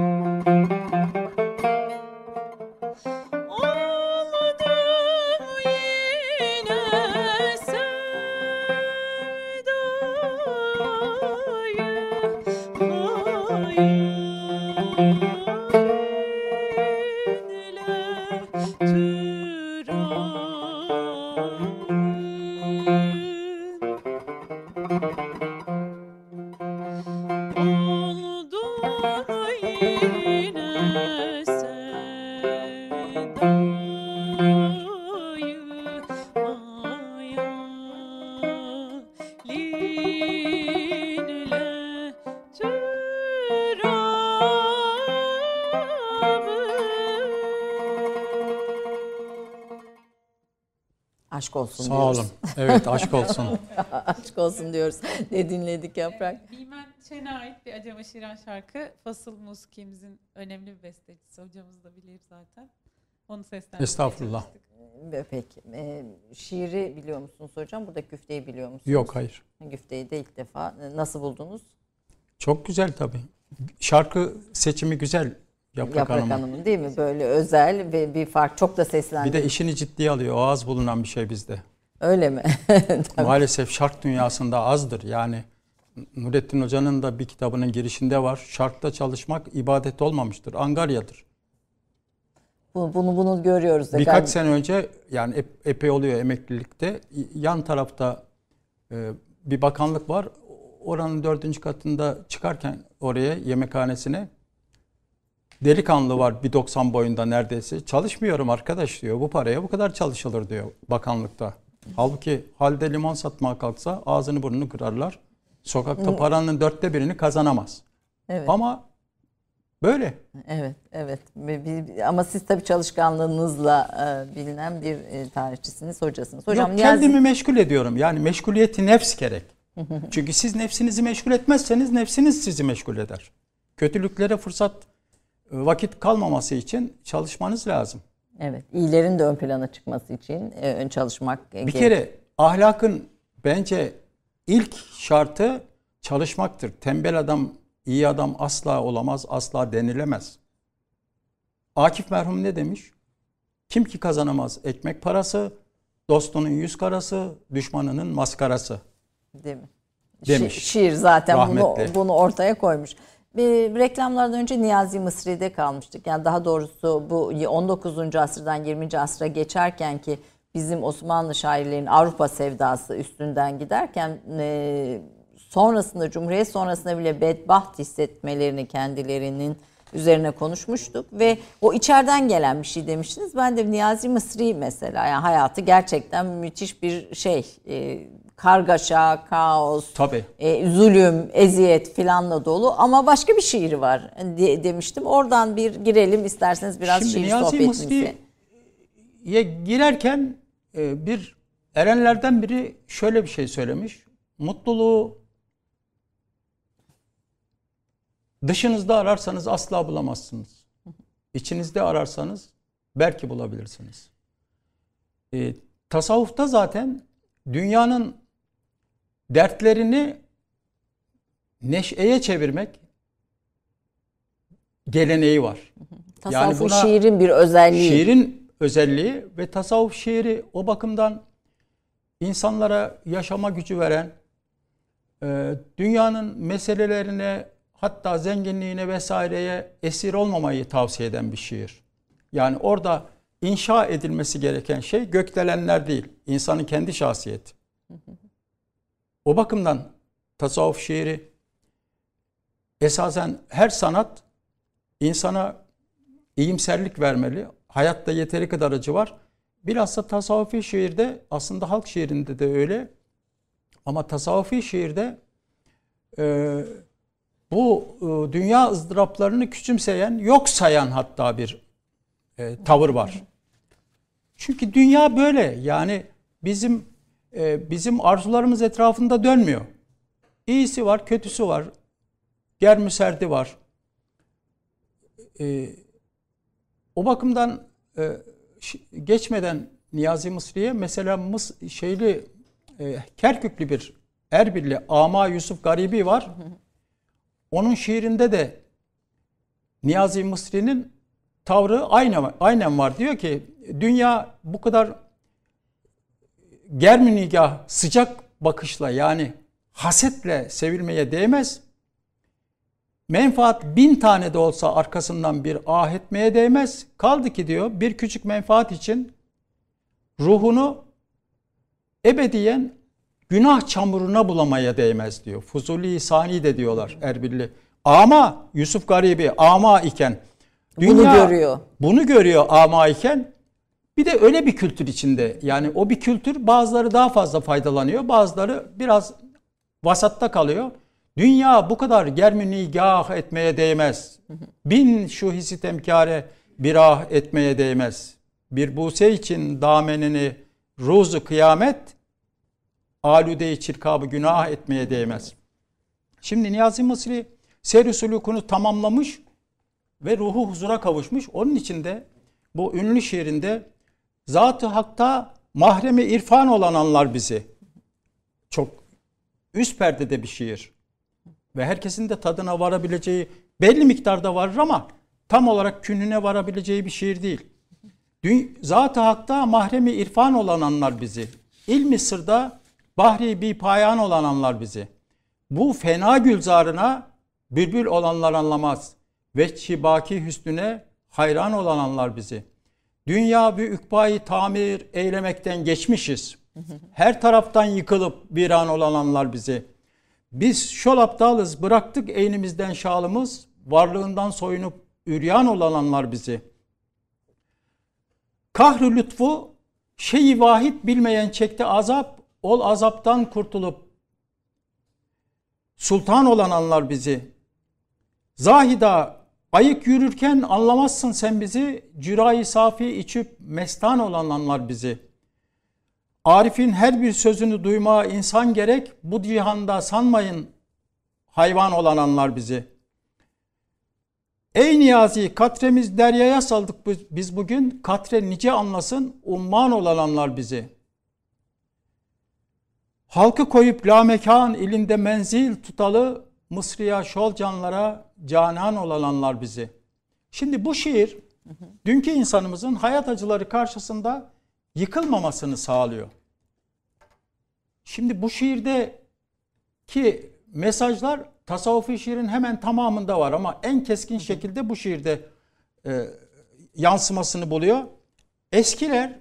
oldum yine Aşk olsun Sağ diyoruz. olun. Evet, aşk olsun. Aşk olsun diyoruz. Ne dinledik Yaprak? Bilmen Şen'e ait bir Acaba Şiran şarkı. Fasıl Muski'mizin önemli bir bestecisi. Hocamız da bilir zaten. Onu seslendirmeye Estağfurullah. çalıştık. Peki. Şiiri biliyor musunuz hocam? Buradaki güfteyi biliyor musunuz? Yok, hayır. Güfteyi de ilk defa. Nasıl buldunuz? Çok güzel tabii. Şarkı seçimi güzel Yaprak Yaprak Hanım'ın. Hanım'ın değil mi? Böyle özel ve bir fark. Çok da Bir seslendi. de işini ciddiye alıyor. O az bulunan bir şey bizde. Öyle mi? Tabii. Maalesef şark dünyasında azdır. Yani Nurettin Hoca'nın da bir kitabının girişinde var. Şarkta çalışmak ibadet olmamıştır. Angaryadır. Bunu görüyoruz. Birkaç sene önce, yani epey oluyor emeklilikte, yan tarafta bir bakanlık var. Oranın 4. katında çıkarken oraya, yemekhanesine, delikanlı var 1.90 boyunda neredeyse. Çalışmıyorum arkadaş diyor. Bu paraya bu kadar çalışılır diyor bakanlıkta. Halbuki halde limon satmaya kalksa ağzını burnunu kırarlar. Sokakta paranın 1/4'ini kazanamaz. Evet. Ama böyle. Evet, evet. Ama siz tabii çalışkanlığınızla bilinen bir tarihçisiniz, hocasınız. Hocam Yok, Niyazi... kendimi meşgul ediyorum. Yani meşguliyeti nefs gerek. Çünkü siz nefsinizi meşgul etmezseniz nefsiniz sizi meşgul eder. Kötülüklere fırsat, vakit kalmaması için çalışmanız lazım. Evet, iyilerin de ön plana çıkması için ön çalışmak Bir kere ahlakın bence ilk şartı çalışmaktır. Tembel adam, iyi adam asla olamaz, asla denilemez. Akif merhum ne demiş? Kim ki kazanamaz ekmek parası, dostunun yüz karası, düşmanının maskarası. Değil mi? Demiş. Şiir zaten Rahmetli. bunu ortaya koymuş. Bir reklamlardan önce Niyazi Mısri'de kalmıştık. Yani daha doğrusu bu 19. asırdan 20. asra geçerken ki bizim Osmanlı şairlerin Avrupa sevdası üstünden giderken sonrasında, Cumhuriyet sonrasında bile bedbaht hissetmelerini kendilerinin üzerine konuşmuştuk ve o içeriden gelen bir şey demiştiniz. Ben de Niyazi Mısri mesela, yani hayatı gerçekten müthiş bir şey, kargaşa, kaos, Tabii. Zulüm, eziyet filanla dolu ama başka bir şiiri var demiştim. Oradan bir girelim isterseniz biraz Şimdi şiir Niyazi sohbetimize. Mısri'ye girerken bir erenlerden biri şöyle bir şey söylemiş. Mutluluğu dışınızda ararsanız asla bulamazsınız. İçinizde ararsanız belki bulabilirsiniz. Tasavvufta zaten dünyanın dertlerini neşeye çevirmek geleneği var. Tasavvufun buna şiirin bir özelliği. Şiirin özelliği ve tasavvuf şiiri o bakımdan insanlara yaşama gücü veren, dünyanın meselelerine, hatta zenginliğine vesaireye esir olmamayı tavsiye eden bir şiir. Yani orada inşa edilmesi gereken şey gökdelenler değil, insanın kendi şahsiyeti. O bakımdan tasavvuf şiiri, esasen her sanat insana iyimserlik vermeli. Hayatta yeteri kadar acı var. Bilhassa tasavvufi şiirde, aslında halk şiirinde de öyle. Ama tasavvufi şiirde bu dünya ızdıraplarını küçümseyen, yok sayan hatta bir tavır var. Çünkü dünya böyle. Yani bizim arzularımız etrafında dönmüyor. İyisi var, kötüsü var. Germüserdi var. O bakımdan geçmeden Niyazi Mısri'ye mesela Kerküklü bir Erbilli Ama Yusuf Garibi var. Onun şiirinde de Niyazi Mısri'nin tavrı aynen var. Diyor ki dünya bu kadar germi nigah, sıcak bakışla, yani hasetle sevilmeye değmez. Menfaat 1000 tane de olsa arkasından bir ah etmeye değmez. Kaldı ki diyor bir küçük menfaat için ruhunu ebediyen günah çamuruna bulamaya değmez diyor. Fuzuli Sani de diyorlar Erbilli. Ama Yusuf Garibi ama iken dünya bunu görüyor ama iken, bir de öyle bir kültür içinde. Yani o bir kültür, bazıları daha fazla faydalanıyor, bazıları biraz vasatta kalıyor. Dünya bu kadar germi nigah etmeye değmez. 1000 şu hissi temkare bir ah etmeye değmez. Bir buse için damenini ruzu kıyamet, alude-i çirkabı günah etmeye değmez. Şimdi Niyazi Mısri seyr-i sulukunu tamamlamış ve ruhu huzura kavuşmuş. Onun için de bu ünlü şiirinde Zat-ı Hak'ta mahremi irfan olan anlar bizi. Çok üst perdede bir şiir. Ve herkesin de tadına varabileceği, belli miktarda varır ama tam olarak künhüne varabileceği bir şiir değil. Zat-ı Hak'ta mahremi irfan olan anlar bizi. İlmi sırda bahri bi payan olan anlar bizi. Bu fena gülzarına bülbül olanlar anlamaz. Veçhi baki hüsnüne hayran olan anlar bizi. Dünya bir ükbayı tamir eylemekten geçmişiz. Her taraftan yıkılıp viran olan anlar bizi. Biz şol aptalız, bıraktık eynimizden şalımız, varlığından soyunup üryan olanlar bizi. Kahr-ı lütfu şeyi vahid bilmeyen çekti azap, ol azaptan kurtulup sultan olanlar bizi. Zahida ayık yürürken anlamazsın sen bizi, cürayı safi içip mestan olanlar bizi. Arif'in her bir sözünü duymaya insan gerek, bu cihanda sanmayın hayvan olanlar bizi. Ey Niyazi, katremiz deryaya saldık biz bugün, katre nice anlasın umman olanlar bizi. Halkı koyup lamekan ilinde menzil tutalı, Mısriya şol canlara canan olanlar bizi. Şimdi bu şiir dünkü insanımızın hayat acıları karşısında yıkılmamasını sağlıyor. Şimdi bu şiirdeki mesajlar tasavvufi şiirin hemen tamamında var ama en keskin şekilde bu şiirde yansımasını buluyor. Eskiler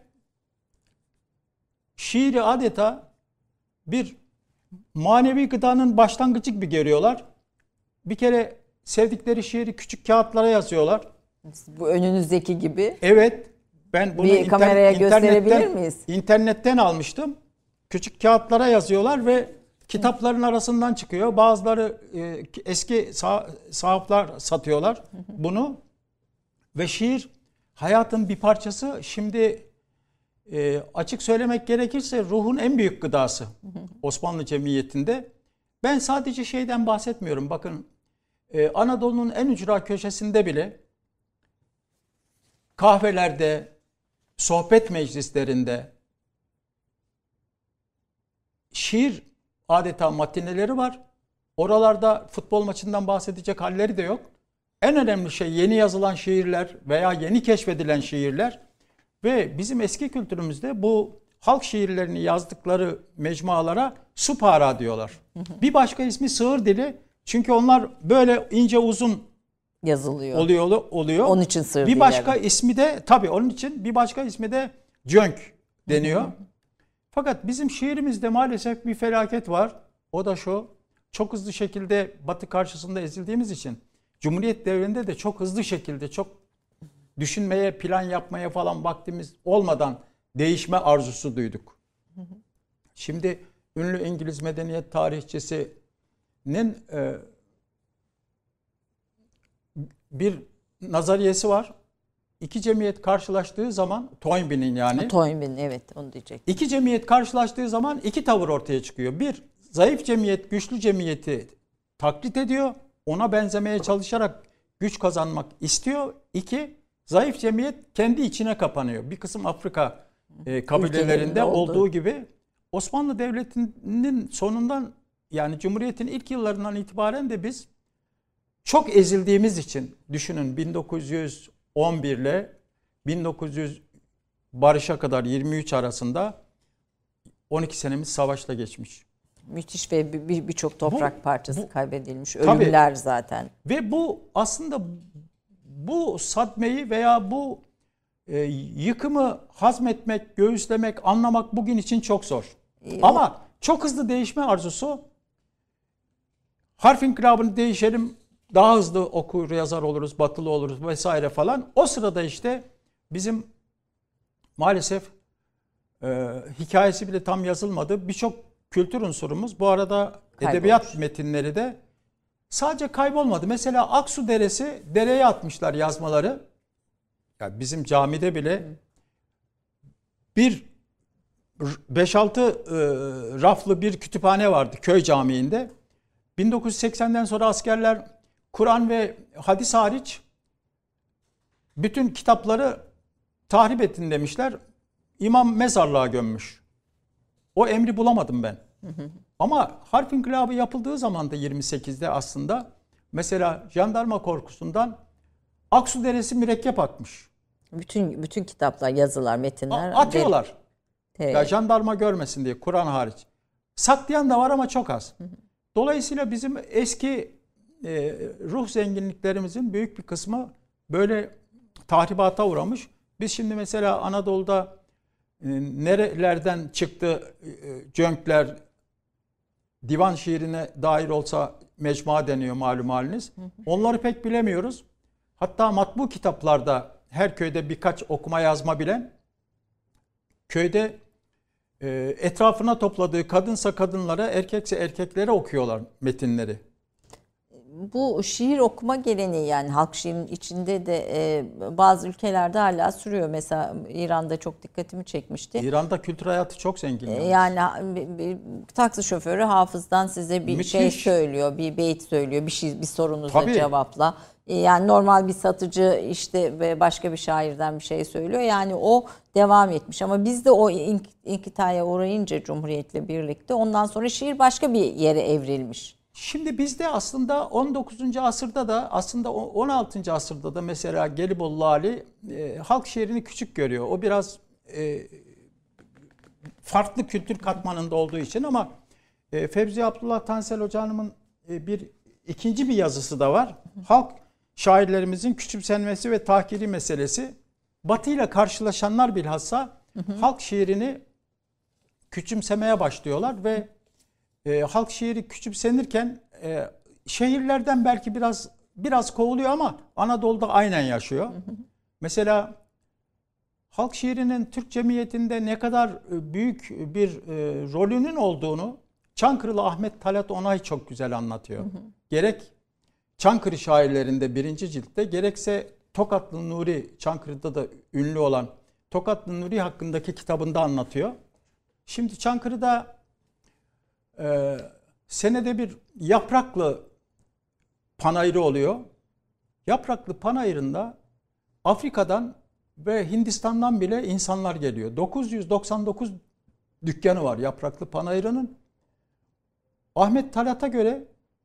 şiiri adeta bir manevi gıdanın başlangıcı gibi görüyorlar. Bir kere sevdikleri şiiri küçük kağıtlara yazıyorlar. Bu önünüzdeki gibi. Evet. Ben bunu bir kameraya gösterebilir miyiz? İnternetten almıştım. Küçük kağıtlara yazıyorlar ve kitapların arasından çıkıyor. Bazıları eski sahaflar satıyorlar bunu. Ve şiir hayatın bir parçası. Şimdi açık söylemek gerekirse ruhun en büyük gıdası Osmanlı cemiyetinde. Ben sadece şeyden bahsetmiyorum. Bakın Anadolu'nun en ücra köşesinde bile kahvelerde, sohbet meclislerinde şiir adeta matineleri var. Oralarda futbol maçından bahsedecek halleri de yok. En önemli şey yeni yazılan şiirler veya yeni keşfedilen şiirler ve bizim eski kültürümüzde bu halk şiirlerini yazdıkları mecmualara supara diyorlar. Bir başka ismi sığır dili. Çünkü onlar böyle ince uzun yazılıyor. Oluyor. Onun için sır Bir değil, başka evet. ismi de tabii onun için bir başka ismi de cönk deniyor. Fakat bizim şiirimizde maalesef bir felaket var. O da şu: çok hızlı şekilde Batı karşısında ezildiğimiz için Cumhuriyet devrinde de çok hızlı şekilde, çok düşünmeye, plan yapmaya falan vaktimiz olmadan değişme arzusu duyduk. Şimdi ünlü İngiliz medeniyet tarihçisinin bir nazariyesi var. İki cemiyet karşılaştığı zaman, Toynbee'nin yani. Toynbee, evet, onu diyecek. İki cemiyet karşılaştığı zaman iki tavır ortaya çıkıyor. Bir, zayıf cemiyet güçlü cemiyeti taklit ediyor. Ona benzemeye çalışarak güç kazanmak istiyor. İki, zayıf cemiyet kendi içine kapanıyor. Bir kısım Afrika kabilelerinde olduğu gibi Osmanlı Devleti'nin sonundan, yani Cumhuriyet'in ilk yıllarından itibaren de biz çok ezildiğimiz için, düşünün 1911 ile 1900 barışa kadar 23 arasında 12 senemiz savaşla geçmiş. Müthiş ve birçok toprak parçası kaybedilmiş. Tabii. Ölümler zaten. Ve bu aslında bu sadmeyi veya bu yıkımı hazmetmek, göğüslemek, anlamak bugün için çok zor. Ama çok hızlı değişme arzusu, harf inkılabını değişelim, daha hızlı okur yazar oluruz, batılı oluruz vesaire falan. O sırada işte bizim maalesef hikayesi bile tam yazılmadı birçok kültür unsurumuz, bu arada edebiyat metinleri de sadece kaybolmadı. Mesela Aksu Deresi, dereye atmışlar yazmaları. Yani bizim camide bile bir 5-6 raflı bir kütüphane vardı köy camiinde. 1980'den sonra askerler Kur'an ve hadis hariç bütün kitapları tahrip ettin demişler. İmam mezarlığa gömmüş. O emri bulamadım ben. Ama harf inkılabı yapıldığı zaman da 28'de aslında mesela jandarma korkusundan Aksu Deresi mürekkep atmış. Bütün kitaplar, yazılar, metinler Atıyorlar. Ya jandarma görmesin diye, Kur'an hariç. Saklayan da var ama çok az. Dolayısıyla bizim eski ruh zenginliklerimizin büyük bir kısmı böyle tahribata uğramış. Biz şimdi mesela Anadolu'da nerelerden çıktı cönkler, divan şiirine dair olsa mecmua deniyor malum haliniz. Onları pek bilemiyoruz. Hatta matbu kitaplarda her köyde birkaç okuma yazma bilen, köyde etrafına topladığı kadınsa kadınlara, erkekse erkeklere okuyorlar metinleri. Bu şiir okuma geleneği, yani halk şiirinin içinde de bazı ülkelerde hala sürüyor. Mesela İran'da çok dikkatimi çekmişti. İran'da kültür hayatı çok zengin. Yani bir taksi şoförü hafızdan size bir şey söylüyor, bir beyit söylüyor, bir sorunuza cevapla. Yani normal bir satıcı işte ve başka bir şairden bir şey söylüyor. Yani o devam etmiş. Ama bizde o inkitaya uğrayınca Cumhuriyet'le birlikte ondan sonra şiir başka bir yere evrilmiş. Şimdi bizde aslında 19. asırda da, aslında 16. asırda da mesela Gelibolu Ali halk şiirini küçük görüyor. O biraz farklı kültür katmanında olduğu için, ama Fevzi Abdullah Tansel Hoca Hanım'ın ikinci bir yazısı da var. Halk şairlerimizin küçümsenmesi ve tahkiri meselesi. Batı ile karşılaşanlar bilhassa halk şiirini küçümsemeye başlıyorlar ve halk şiiri küçümsenirken şehirlerden belki biraz kovuluyor ama Anadolu'da aynen yaşıyor. Mesela halk şiirinin Türk cemiyetinde ne kadar büyük bir rolünün olduğunu Çankırılı Ahmet Talat Onay çok güzel anlatıyor. Gerek Çankırı şairlerinde 1. ciltte, gerekse Tokatlı Nuri, Çankırı'da da ünlü olan Tokatlı Nuri hakkındaki kitabında anlatıyor. Şimdi Çankırı'da senede bir Yapraklı panayırı oluyor. Yapraklı panayırında Afrika'dan ve Hindistan'dan bile insanlar geliyor. 999 dükkanı var Yapraklı panayırının. Ahmet Talat'a göre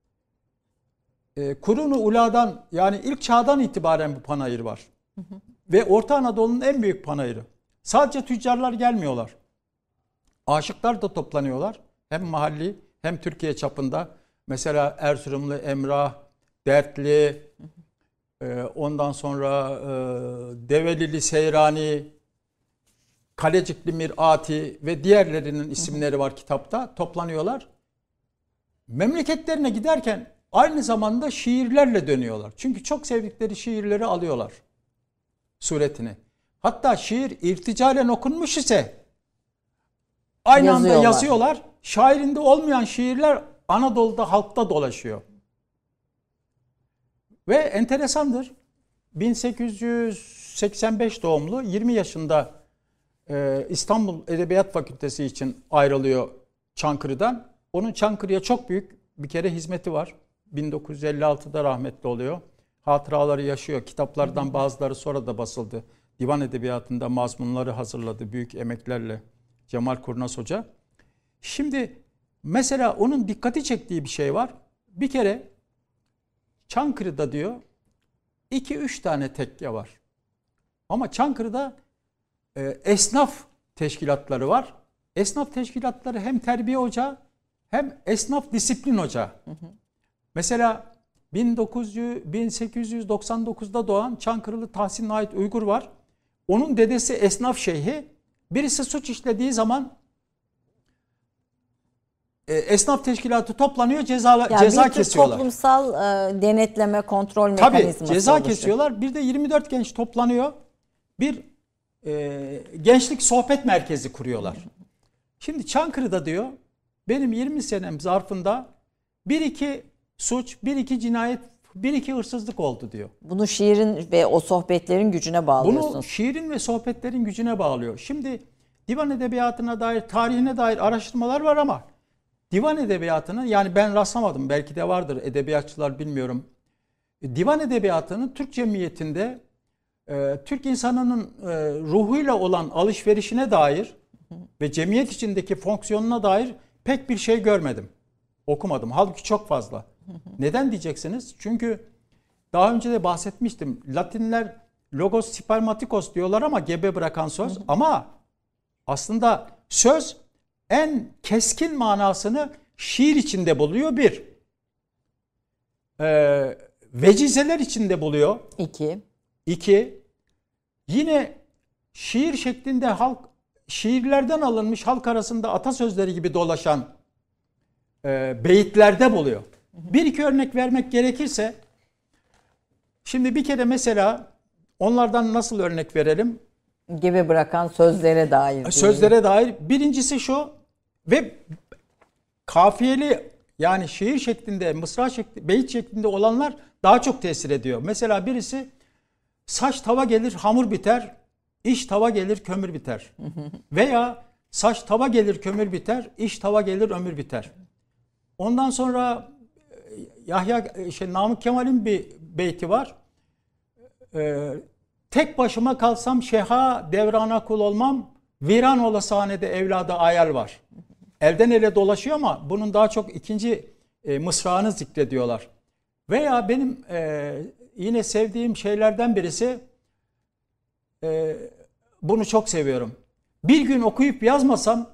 Kurun-u Ula'dan, yani ilk çağdan itibaren bu panayır var. Ve Orta Anadolu'nun en büyük panayırı. Sadece tüccarlar gelmiyorlar. Aşıklar da toplanıyorlar. Hem mahalli hem Türkiye çapında. Mesela Erzurumlu Emrah, Dertli, Ondan sonra Develili Seyrani, Kalecikli Mir'ati ve diğerlerinin isimleri var kitapta. Toplanıyorlar. Memleketlerine giderken aynı zamanda şiirlerle dönüyorlar. Çünkü çok sevdikleri şiirleri alıyorlar suretini. Hatta şiir irticalen okunmuş ise aynı anda yazıyorlar. Şairinde olmayan şiirler Anadolu'da halkta dolaşıyor. Ve enteresandır. 1885 doğumlu, 20 yaşında İstanbul Edebiyat Fakültesi için ayrılıyor Çankırı'dan. Onun Çankırı'ya çok büyük bir kere hizmeti var. 1956'da rahmetli oluyor. Hatıraları yaşıyor. Kitaplardan bazıları sonra da basıldı. Divan Edebiyatı'nda mazmunları hazırladı büyük emeklerle Cemal Kurnaz Hoca. Şimdi mesela onun dikkati çektiği bir şey var. Bir kere Çankırı'da diyor 2-3 tane tekke var. Ama Çankırı'da esnaf teşkilatları var. Esnaf teşkilatları hem terbiye ocağı hem esnaf disiplin ocağı. Mesela 1899'da doğan Çankırılı Tahsin Ait Uygur var. Onun dedesi esnaf şeyhi. Birisi suç işlediği zaman esnaf teşkilatı toplanıyor, ceza kesiyorlar. Toplumsal denetleme, kontrol mekanizması Tabii ceza kesiyorlar. Bir de 24 genç toplanıyor. Bir gençlik sohbet merkezi kuruyorlar. Şimdi Çankırı'da diyor benim 20 senem zarfında 1-2 suç, 1-2 cinayet, 1-2 hırsızlık oldu diyor. Bunu şiirin ve o sohbetlerin gücüne bağlıyorsunuz. Bunu şiirin ve sohbetlerin gücüne bağlıyor. Şimdi divan edebiyatına dair, tarihine dair araştırmalar var ama divan edebiyatını, yani ben rastlamadım, belki de vardır edebiyatçılar, bilmiyorum. Divan edebiyatının Türk cemiyetinde Türk insanının ruhuyla olan alışverişine dair ve cemiyet içindeki fonksiyonuna dair pek bir şey görmedim. Okumadım. Halbuki çok fazla. Neden diyeceksiniz? Çünkü daha önce de bahsetmiştim. Latinler logos spermatikos diyorlar ama gebe bırakan söz. Ama aslında söz en keskin manasını şiir içinde buluyor bir. Vecizeler içinde buluyor. İki. Yine şiir şeklinde şiirlerden alınmış halk arasında atasözleri gibi dolaşan beyitlerde buluyor. Bir iki örnek vermek gerekirse, şimdi bir kere mesela onlardan nasıl örnek verelim? Gibi bırakan sözlere dair. Sözlere dair. Birincisi şu, ve kafiyeli, yani şiir şeklinde, mısra şeklinde, beyit şeklinde olanlar daha çok tesir ediyor. Mesela birisi saç tava gelir hamur biter, iş tava gelir kömür biter. Veya saç tava gelir kömür biter, iş tava gelir ömür biter. Ondan sonra Namık Kemal'in bir beyti var. Tek başıma kalsam şeha devrana kul olmam, viran ola sahnede evlada ayal var. Elden ele dolaşıyor ama bunun daha çok ikinci mısrağını zikrediyorlar. Veya benim yine sevdiğim şeylerden birisi, bunu çok seviyorum. Bir gün okuyup yazmasam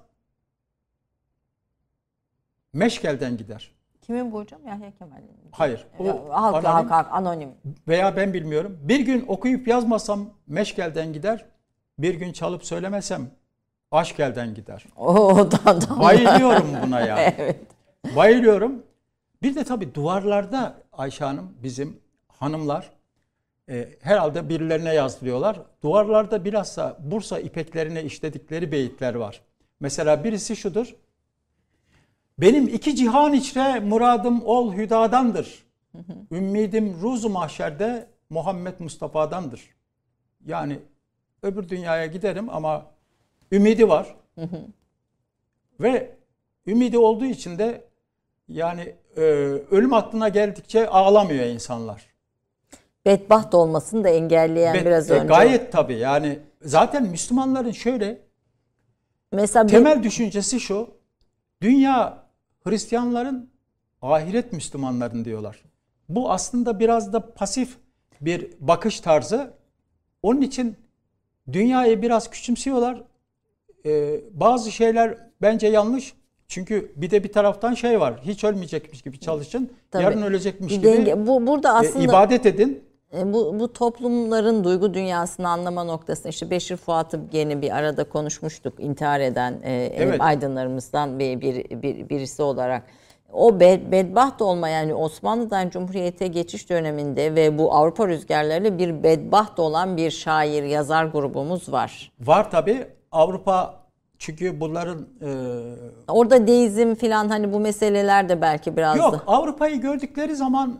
meşkelden gider. Kimin bu hocam? Yahya Kemal'in mi? Hayır. Halk anonim. Veya ben bilmiyorum. Bir gün okuyup yazmasam meşkelden gider. Bir gün çalıp söylemesem aşk elden gider. Bayılıyorum buna ya. Evet. Bayılıyorum. Bir de tabii duvarlarda Ayşe Hanım, bizim hanımlar herhalde birilerine yazdırıyorlar. Duvarlarda bilhassa Bursa ipeklerine işledikleri beyitler var. Mesela birisi şudur. Benim iki cihan içre muradım ol hüdadandır. Ümmidim ruzu mahşerde Muhammed Mustafa'dandır. Yani öbür dünyaya giderim ama ümidi var. Ve ümidi olduğu için de yani ölüm aklına geldikçe ağlamıyor insanlar. Bedbaht olmasını da engelleyen biraz önce. Gayet tabii, yani zaten Müslümanların şöyle mesela temel düşüncesi şu: dünya Hristiyanların, ahiret Müslümanların diyorlar. Bu aslında biraz da pasif bir bakış tarzı. Onun için dünyayı biraz küçümsüyorlar. Bazı şeyler bence yanlış. Çünkü bir de bir taraftan şey var. Hiç ölmeyecekmiş gibi çalışın. Tabii. Yarın ölecekmiş gibi burada aslında ibadet edin. Bu toplumların duygu dünyasını anlama noktasında işte Beşir Fuat'ı yeni bir arada konuşmuştuk, intihar eden Evet. aydınlarımızdan birisi olarak. O bedbaht olma, yani Osmanlı'dan Cumhuriyet'e geçiş döneminde ve bu Avrupa rüzgarlarıyla bir bedbaht olan bir şair, yazar grubumuz var. Var tabii. Avrupa, çünkü bunların Orada deizm falan, hani bu meseleler de belki biraz da. yok, Avrupa'yı gördükleri zaman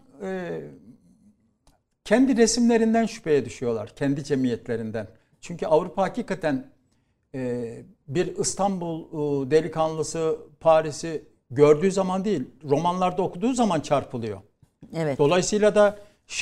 kendi resimlerinden şüpheye düşüyorlar. Kendi cemiyetlerinden. Çünkü Avrupa hakikaten bir İstanbul delikanlısı Paris'i gördüğü zaman değil, romanlarda okuduğu zaman çarpılıyor. Evet. Dolayısıyla da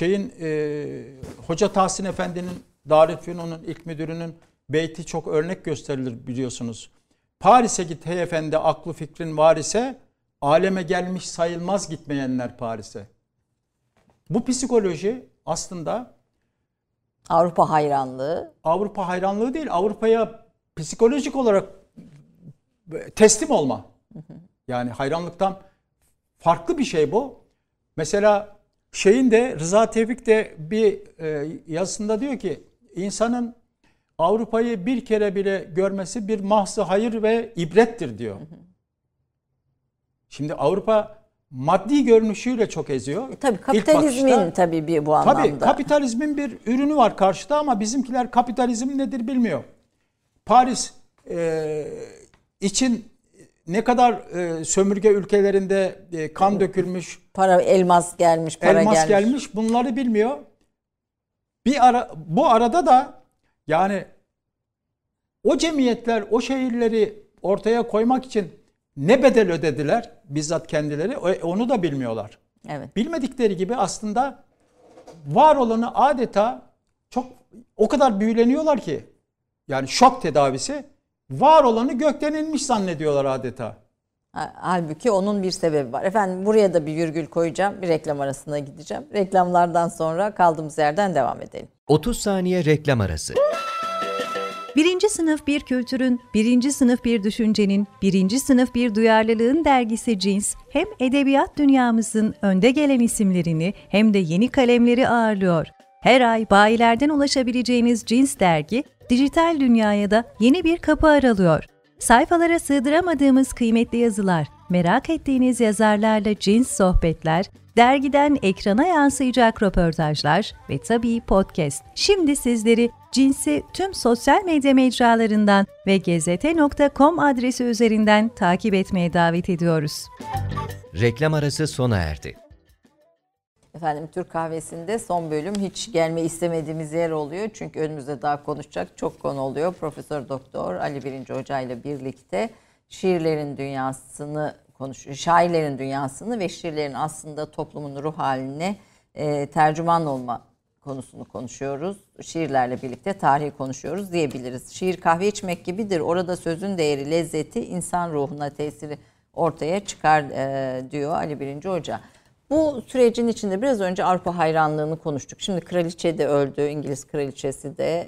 Hoca Tahsin Efendi'nin, Darülfünun'un ilk müdürünün beyti çok örnek gösterilir biliyorsunuz. Paris'e git hey efendi, aklı fikrin varise, aleme gelmiş sayılmaz gitmeyenler Paris'e. Bu psikoloji aslında Avrupa hayranlığı. Avrupa hayranlığı değil, Avrupa'ya psikolojik olarak teslim olma. Yani hayranlıktan farklı bir şey bu. Mesela Rıza Tevfik de bir yazısında diyor ki, insanın Avrupa'yı bir kere bile görmesi bir mahzı hayır ve ibrettir diyor. Şimdi Avrupa maddi görünüşüyle çok eziyor. Tabii kapitalizmin tabii bir bu anlamda. Tabii kapitalizmin bir ürünü var karşıda ama bizimkiler kapitalizm nedir bilmiyor. Paris için ne kadar sömürge ülkelerinde kan dökülmüş, Para, elmas gelmiş, para gelmiş, bunları bilmiyor. Bu arada da yani o cemiyetler o şehirleri ortaya koymak için ne bedel ödediler bizzat kendileri, onu da bilmiyorlar. Evet. Bilmedikleri gibi aslında var olanı adeta o kadar büyüleniyorlar ki, yani şok tedavisi, var olanı gökten inmiş zannediyorlar adeta. Halbuki onun bir sebebi var. Efendim, buraya da bir virgül koyacağım. Bir reklam arasına gideceğim. Reklamlardan sonra kaldığımız yerden devam edelim. 30 saniye reklam arası. Birinci sınıf bir kültürün, birinci sınıf bir düşüncenin, birinci sınıf bir duyarlılığın dergisi Cins, hem edebiyat dünyamızın önde gelen isimlerini hem de yeni kalemleri ağırlıyor. Her ay bayilerden ulaşabileceğiniz Cins dergi, dijital dünyaya da yeni bir kapı aralıyor. Sayfalara sığdıramadığımız kıymetli yazılar, merak ettiğiniz yazarlarla cins sohbetler, dergiden ekrana yansıyacak röportajlar ve tabii podcast. Şimdi sizleri Cins'i tüm sosyal medya mecralarından ve gezete.com adresi üzerinden takip etmeye davet ediyoruz. Reklam arası sona erdi. Efendim, Türk Kahvesi'nde son bölüm, hiç gelmeyi istemediğimiz yer oluyor. Çünkü önümüzde daha konuşacak çok konu oluyor. Profesör Doktor Ali Birinci Hoca ile birlikte şiirlerin dünyasını konuşuyor. Şairlerin dünyasını ve şiirlerin aslında toplumun ruh haline tercüman olma konusunu konuşuyoruz. Şiirlerle birlikte tarihi konuşuyoruz diyebiliriz. Şiir kahve içmek gibidir. Orada sözün değeri, lezzeti, insan ruhuna tesiri ortaya çıkar diyor Ali Birinci Hoca. Bu sürecin içinde biraz önce Avrupa hayranlığını konuştuk. Şimdi kraliçe de öldü, İngiliz kraliçesi de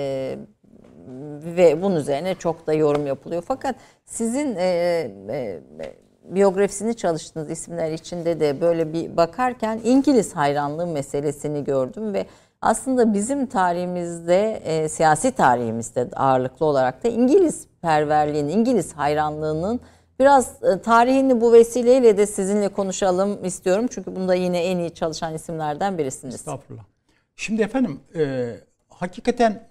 ve bunun üzerine çok da yorum yapılıyor. Fakat sizin biyografisini çalıştığınız isimler içinde de böyle bir bakarken İngiliz hayranlığı meselesini gördüm ve aslında bizim tarihimizde, siyasi tarihimizde ağırlıklı olarak da İngiliz perverliğinin, İngiliz hayranlığının biraz tarihini bu vesileyle de sizinle konuşalım istiyorum. Çünkü bunda yine en iyi çalışan isimlerden birisiniz. Estağfurullah. Şimdi efendim, hakikaten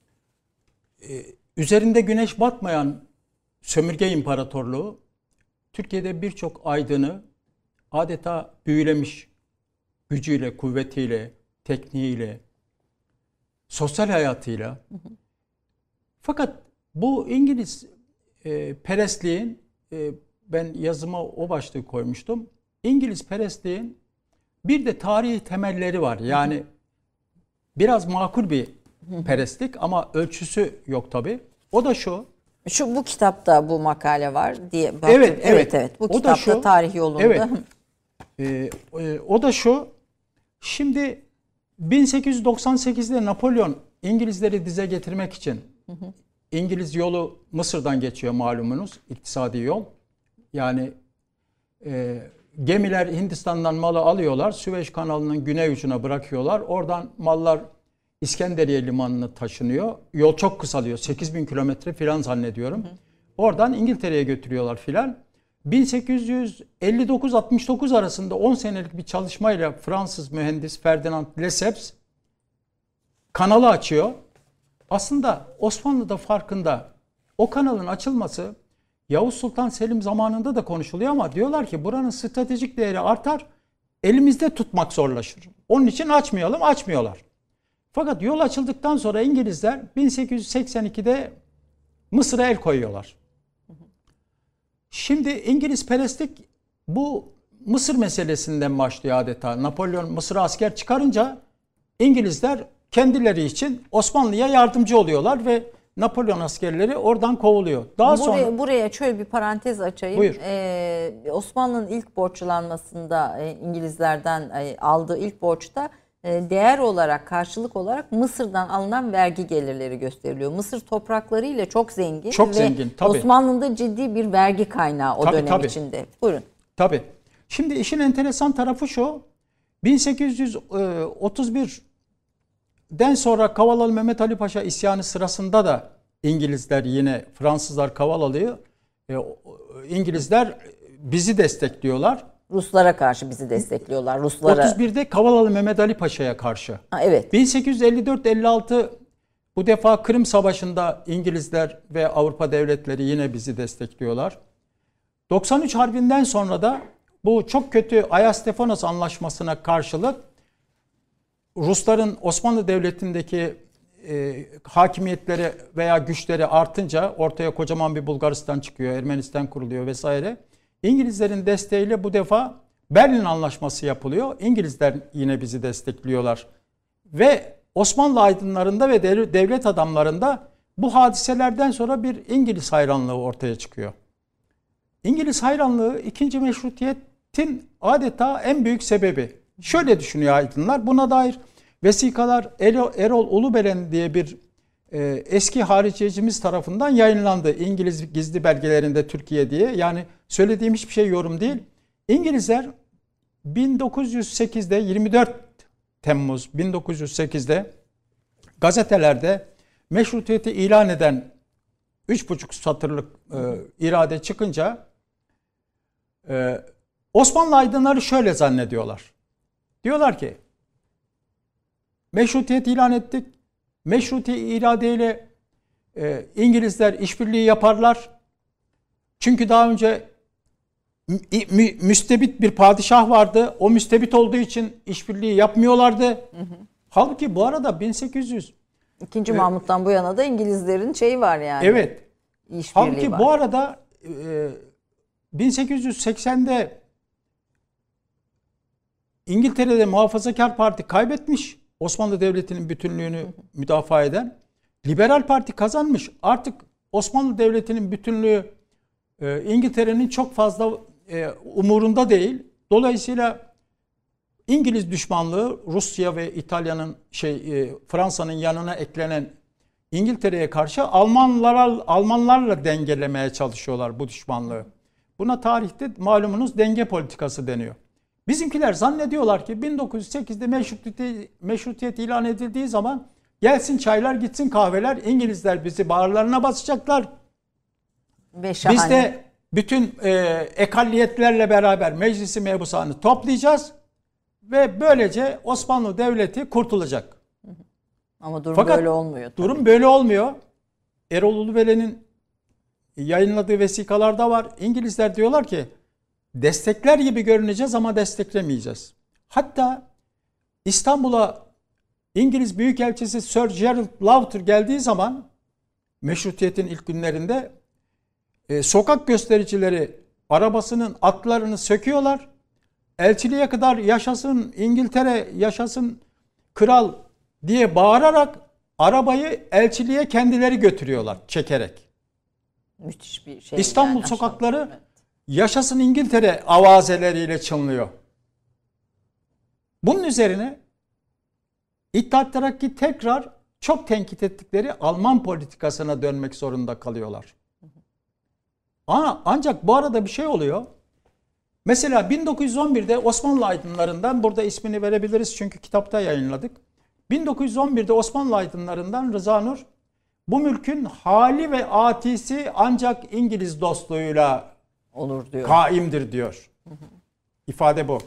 üzerinde güneş batmayan sömürge imparatorluğu Türkiye'de birçok aydını adeta büyülemiş. Gücüyle, kuvvetiyle, tekniğiyle, sosyal hayatıyla. Fakat bu İngiliz perestliğin, ben yazıma o başlığı koymuştum. İngiliz perestliğin bir de tarihi temelleri var. Yani biraz makul bir perestlik ama ölçüsü yok tabii. O da şu. Bu kitapta bu makale var diye baktım. Evet. Bu o kitapta şu, tarih yolunda. Evet. O da şu. Şimdi 1898'de Napolyon İngilizleri dize getirmek için, İngiliz yolu Mısır'dan geçiyor malumunuz, iktisadi yol. Yani Gemiler Hindistan'dan malı alıyorlar. Süveyş kanalının güney ucuna bırakıyorlar. Oradan mallar İskenderiye limanına taşınıyor. Yol çok kısalıyor. 8.000 kilometre filan zannediyorum. Oradan İngiltere'ye götürüyorlar filan. 1859-69 arasında 10 senelik bir çalışmayla Fransız mühendis Ferdinand Lesseps kanalı açıyor. Aslında Osmanlı'da farkında. O kanalın açılması Yavuz Sultan Selim zamanında da konuşuluyor ama diyorlar ki buranın stratejik değeri artar, elimizde tutmak zorlaşır. Onun için açmıyorlar. Fakat yol açıldıktan sonra İngilizler 1882'de Mısır'a el koyuyorlar. Şimdi İngilizperestlik bu Mısır meselesinden başlıyor adeta. Napolyon Mısır'a asker çıkarınca İngilizler kendileri için Osmanlı'ya yardımcı oluyorlar ve Napolyon askerleri oradan kovuluyor. Buraya şöyle bir parantez açayım. Buyur. Osmanlı'nın ilk borçlanmasında İngilizlerden aldığı ilk borçta değer olarak, karşılık olarak Mısır'dan alınan vergi gelirleri gösteriliyor. Mısır topraklarıyla çok zengin. Çok zengin, tabii. Osmanlı'nın da ciddi bir vergi kaynağı o dönem içinde. Buyurun. Tabii. Şimdi işin enteresan tarafı şu. 1831'den sonra Kavalalı Mehmet Ali Paşa isyanı sırasında da İngilizler yine Fransızlar Kavalalı'yı İngilizler bizi destekliyorlar. Ruslara karşı bizi destekliyorlar. Ruslara. 31'de Kavalalı Mehmet Ali Paşa'ya karşı. Evet. 1854-56 bu defa Kırım Savaşı'nda İngilizler ve Avrupa devletleri yine bizi destekliyorlar. 93 Harbi'nden sonra da bu çok kötü Ayastefanos Anlaşması'na karşılık Rusların Osmanlı Devleti'ndeki hakimiyetleri veya güçleri artınca ortaya kocaman bir Bulgaristan çıkıyor, Ermenistan kuruluyor vesaire. İngilizlerin desteğiyle bu defa Berlin Anlaşması yapılıyor. İngilizler yine bizi destekliyorlar. Ve Osmanlı aydınlarında ve devlet adamlarında bu hadiselerden sonra bir İngiliz hayranlığı ortaya çıkıyor. İngiliz hayranlığı 2. Meşrutiyet'in adeta en büyük sebebi. Şöyle düşünüyor aydınlar. Buna dair vesikalar Erol Ulubelen diye bir eski hariciyecimiz tarafından yayınlandı. İngiliz gizli belgelerinde Türkiye diye. Yani söylediğim hiçbir şey yorum değil. İngilizler 1908'de 24 Temmuz 1908'de gazetelerde meşrutiyeti ilan eden 3,5 satırlık irade çıkınca Osmanlı aydınları şöyle zannediyorlar. Diyorlar ki meşrutiyet ilan ettik. Meşruti iradeyle İngilizler işbirliği yaparlar. Çünkü daha önce müstebit bir padişah vardı. O müstebit olduğu için işbirliği yapmıyorlardı. Halbuki bu arada 1800 İkinci Mahmut'tan bu yana da İngilizlerin şeyi var yani. Evet. Halbuki bu arada 1880'de İngiltere'de Muhafazakar Parti kaybetmiş. Osmanlı Devleti'nin bütünlüğünü müdafaa eden. Liberal Parti kazanmış. Artık Osmanlı Devleti'nin bütünlüğü İngiltere'nin çok fazla umurunda değil. Dolayısıyla İngiliz düşmanlığı Rusya ve İtalya'nın Fransa'nın yanına eklenen İngiltere'ye karşı Almanlarla dengelemeye çalışıyorlar bu düşmanlığı. Buna tarihte malumunuz denge politikası deniyor. Bizimkiler zannediyorlar ki 1908'de meşrutiyet ilan edildiği zaman gelsin çaylar gitsin kahveler, İngilizler bizi bağırlarına basacaklar. Biz de bütün ekalliyetlerle beraber meclisi mebusanı toplayacağız ve böylece Osmanlı Devleti kurtulacak. Ama durum Fakat böyle olmuyor. Tabii. Durum böyle olmuyor. Erol Ulubelen'in yayınladığı vesikalarda var. İngilizler diyorlar ki destekler gibi görüneceğiz ama desteklemeyeceğiz. Hatta İstanbul'a İngiliz Büyükelçisi Sir Gerald Lowther geldiği zaman meşrutiyetin ilk günlerinde sokak göstericileri arabasının atlarını söküyorlar. Elçiliğe kadar yaşasın İngiltere, yaşasın kral diye bağırarak arabayı elçiliğe kendileri götürüyorlar çekerek. Müthiş bir şey. İstanbul yani, sokakları evet. yaşasın İngiltere avazeleriyle çınlıyor. Bunun üzerine İttihat Terakki tekrar çok tenkit ettikleri Alman politikasına dönmek zorunda kalıyorlar. Ancak bu arada bir şey oluyor. Mesela 1911'de Osmanlı aydınlarından, burada ismini verebiliriz çünkü kitapta yayınladık. 1911'de Osmanlı aydınlarından Rıza Nur, bu mülkün hali ve atisi ancak İngiliz dostluğuyla Olur diyor. kaimdir diyor. İfade bu.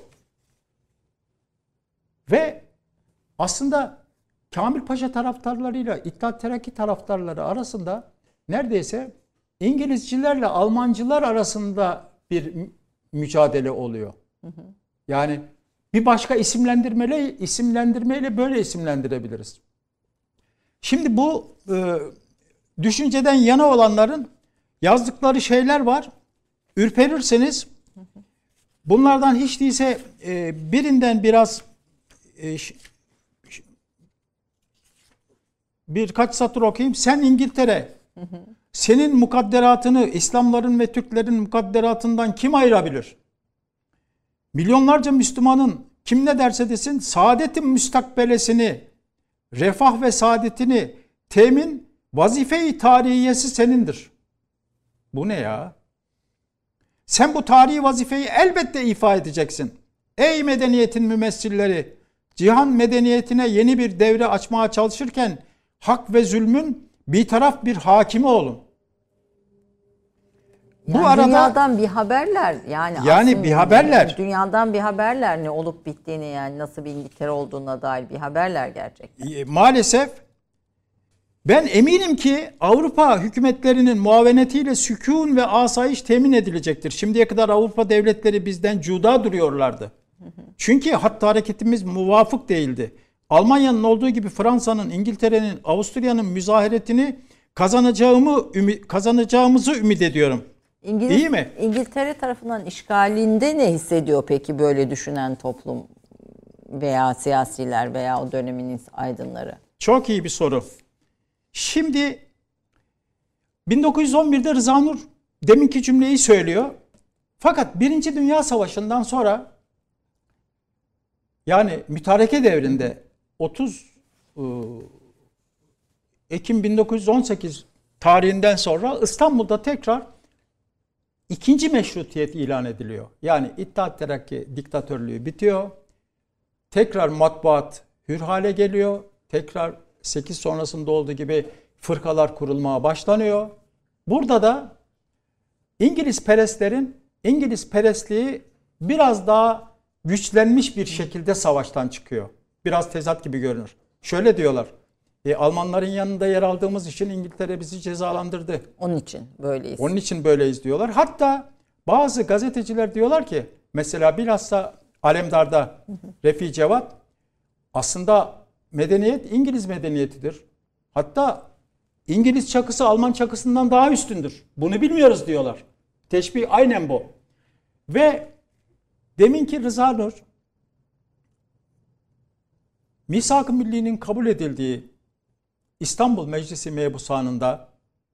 Ve aslında Kamil Paşa taraftarlarıyla İttihat Terakki taraftarları arasında neredeyse İngilizcilerle Almancılar arasında bir mücadele oluyor. Yani bir başka isimlendirmeyle böyle isimlendirebiliriz. Şimdi bu düşünceden yana olanların yazdıkları şeyler var. Ürperirseniz bunlardan hiç değilse birinden biraz birkaç satır okuyayım. Sen İngiltere, senin mukadderatını İslamların ve Türklerin mukadderatından kim ayırabilir? Milyonlarca Müslümanın kim ne derse desin saadetin müstakbelesini, refah ve saadetini temin vazife-i tarihiyesi senindir. Bu ne ya? Sen bu tarihi vazifeyi elbette ifa edeceksin. Ey medeniyetin mümessilleri, cihan medeniyetine yeni bir devre açmaya çalışırken hak ve zulmün bitaraf bir hakimi olun. Bu Yani arada dünyadan bir haberler Yani aslında bir haberler. Dünyadan bir haberler, ne olup bittiğini, yani nasıl bir İngiltere olduğuna dair bir haberler gerçekten. Maalesef ben eminim ki Avrupa hükümetlerinin muavenetiyle sükun ve asayiş temin edilecektir. Şimdiye kadar Avrupa devletleri bizden cuda duruyorlardı. Çünkü hatta hareketimiz muvafık değildi. Almanya'nın olduğu gibi Fransa'nın, İngiltere'nin, Avusturya'nın müzaharetini kazanacağımızı ümit ediyorum. İyi mi? İngiltere tarafından işgalinde ne hissediyor peki böyle düşünen toplum veya siyasiler veya o dönemin aydınları? Çok iyi bir soru. Şimdi 1911'de Rıza Nur deminki cümleyi söylüyor. Fakat Birinci Dünya Savaşı'ndan sonra, yani mütareke devrinde 30 Ekim 1918 tarihinden sonra İstanbul'da tekrar ikinci meşrutiyet ilan ediliyor. Yani İttihat Terakki diktatörlüğü bitiyor. Tekrar matbuat hür hale geliyor. Tekrar 8 sonrasında olduğu gibi fırkalar kurulmaya başlanıyor. Burada da İngiliz perestliği biraz daha güçlenmiş bir şekilde savaştan çıkıyor. Biraz tezat gibi görünür. Şöyle diyorlar. Almanların yanında yer aldığımız için İngiltere bizi cezalandırdı. Onun için böyleyiz. Onun için böyleyiz diyorlar. Hatta bazı gazeteciler diyorlar ki, mesela bilhassa Alemdar'da Refik Cevat, aslında medeniyet İngiliz medeniyetidir. Hatta İngiliz çakısı Alman çakısından daha üstündür. Bunu bilmiyoruz diyorlar. Teşbih aynen bu. Ve deminki Rıza Nur, Misak-ı Milli'nin kabul edildiği İstanbul Meclisi Mebusanı'nda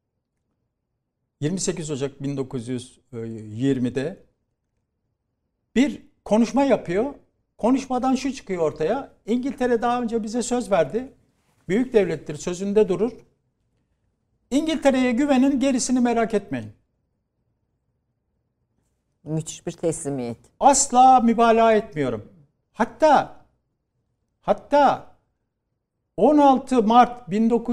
28 Ocak 1920'de bir konuşma yapıyor. Konuşmadan şu çıkıyor ortaya. İngiltere daha önce bize söz verdi. Büyük devlettir, sözünde durur. İngiltere'ye güvenin, gerisini merak etmeyin. Müthiş bir teslimiyet. Asla mübalağa etmiyorum. Hatta 16 Mart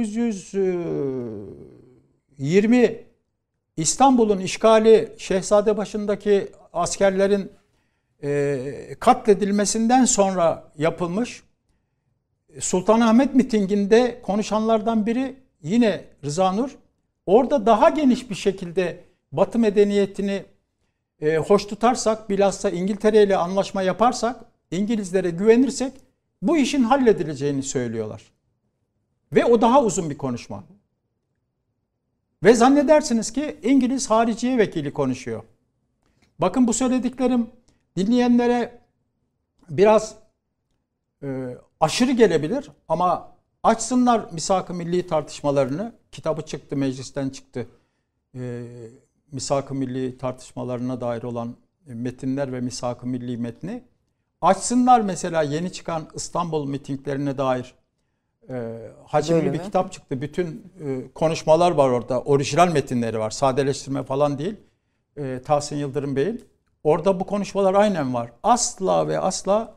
1920 İstanbul'un işgali, Şehzadebaşı'ndaki askerlerin katledilmesinden sonra yapılmış Sultanahmet mitinginde konuşanlardan biri yine Rıza Nur. Orada daha geniş bir şekilde Batı medeniyetini hoş tutarsak, bilhassa İngiltere ile anlaşma yaparsak, İngilizlere güvenirsek bu işin halledileceğini söylüyorlar. Ve o daha uzun bir konuşma. Ve zannedersiniz ki İngiliz hariciye vekili konuşuyor. Bakın bu söylediklerim dinleyenlere biraz aşırı gelebilir ama açsınlar Misak-ı Milli tartışmalarını. Kitabı çıktı, meclisten çıktı. Misak-ı Milli tartışmalarına dair olan metinler ve Misak-ı Milli metni. Açsınlar mesela yeni çıkan İstanbul mitinglerine dair hacimli bir kitap çıktı. Bütün konuşmalar var orada. Orijinal metinleri var. Sadeleştirme falan değil. Tahsin Yıldırım Bey'in. orada bu konuşmalar aynen var. Asla ve asla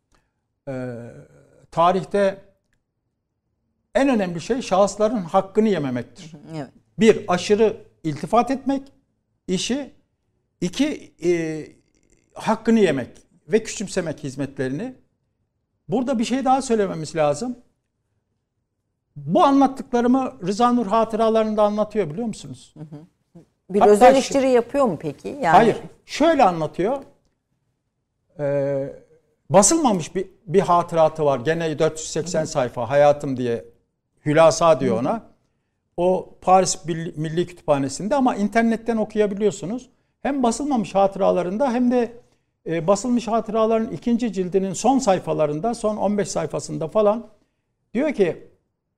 tarihte en önemli şey şahısların hakkını yememektir. Evet. Bir, aşırı iltifat etmek işi. İki, hakkını yemek ve küçümsemek hizmetlerini. Burada bir şey daha söylememiz lazım. Bu anlattıklarımı Rıza Nur hatıralarında anlatıyor, biliyor musunuz? Bir Hatta öz eleştiri yapıyor mu peki? Yani Hayır. Şöyle anlatıyor. Basılmamış bir hatıratı var. Gene 480 sayfa, Hayatım diye. Hülasa diyor ona. O Paris Milli Kütüphanesi'nde, ama internetten okuyabiliyorsunuz. Hem basılmamış hatıralarında hem de basılmış hatıraların 2. cildinin son sayfalarında, son 15 sayfasında falan diyor ki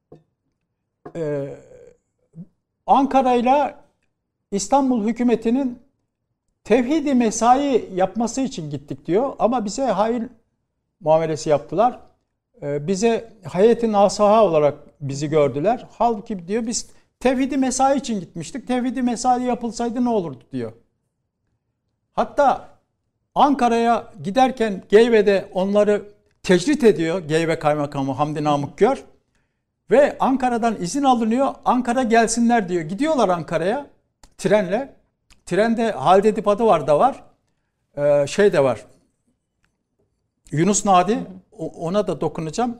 Ankara'yla İstanbul hükümetinin tevhid-i mesai yapması için gittik diyor. Ama bize hain muamelesi yaptılar. Bize hayat-ı nasaha olarak bizi gördüler. Halbuki diyor biz tevhid-i mesai için gitmiştik. Tevhid-i mesai yapılsaydı ne olurdu diyor. Hatta Ankara'ya giderken Geyve'de onları tecrit ediyor Geyve Kaymakamı Hamdi Namık Gör. Ve Ankara'dan izin alınıyor. Ankara gelsinler diyor. Gidiyorlar Ankara'ya trenle. Trende Halide Edip adı var da var. Şey de var. Yunus Nadi. Ona da dokunacağım.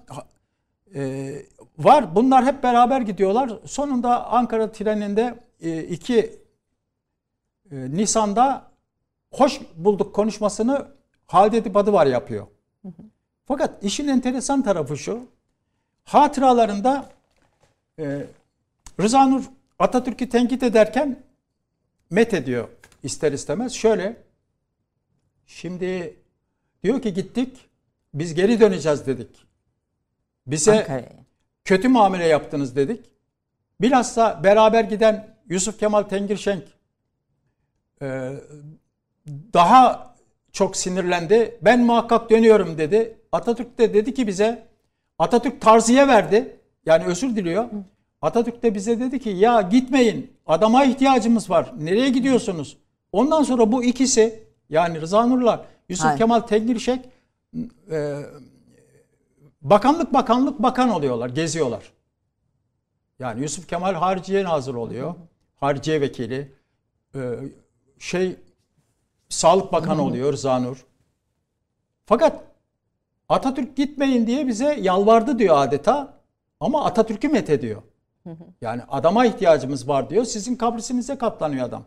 Var. Bunlar hep beraber gidiyorlar. Sonunda Ankara treninde 2 Nisan'da hoş bulduk konuşmasını Halide Edip adı var yapıyor. Fakat işin enteresan tarafı şu. Hatıralarında Rıza Nur Atatürk'ü tenkit ederken met ediyor ister istemez. Şöyle, şimdi diyor ki gittik, biz geri döneceğiz dedik. Bize Ankara'ya kötü muamele yaptınız dedik. Bilhassa beraber giden Yusuf Kemal Tengirşenk daha çok sinirlendi. Ben muhakkak dönüyorum dedi. Atatürk de dedi ki bize, Atatürk tarziye verdi. Yani özür diliyor. Atatürk de bize dedi ki ya gitmeyin. Adama ihtiyacımız var. Nereye gidiyorsunuz? Ondan sonra bu ikisi, yani Rıza Nur'la Yusuf Kemal Tengirşenk bakan oluyorlar. Geziyorlar. Yani Yusuf Kemal Hariciye Nazırı oluyor. Hariciye Vekili. Sağlık Bakanı oluyor Rıza Nur. Fakat Atatürk gitmeyin diye bize yalvardı diyor adeta. Ama Atatürk'ü methediyor. Yani adama ihtiyacımız var diyor. Sizin kaprisinize katlanıyor adam.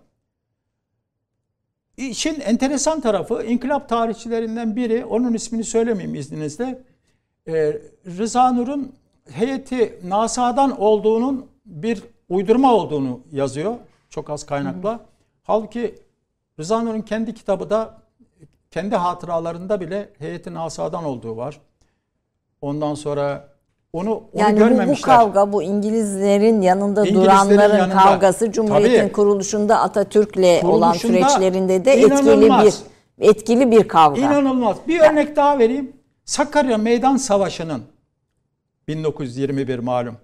İşin enteresan tarafı, inkılap tarihçilerinden biri, onun ismini söylemeyeyim izninizle, Rıza Nur'un heyeti Nasa'dan olduğunun bir uydurma olduğunu yazıyor. Çok az kaynakla. Halbuki Rıza Nur'un kendi kitabı da, kendi hatıralarında bile heyeti Nasa'dan olduğu var. Ondan sonra onu yani görmemişler. bu kavga, bu İngilizlerin yanında İngilizlerin duranların yanında, kavgası Cumhuriyet'in tabii, kuruluşunda Atatürk'le olan süreçlerinde de inanılmaz. etkili bir kavga. İnanılmaz. Bir örnek daha vereyim. Sakarya Meydan Savaşı'nın 1921 malum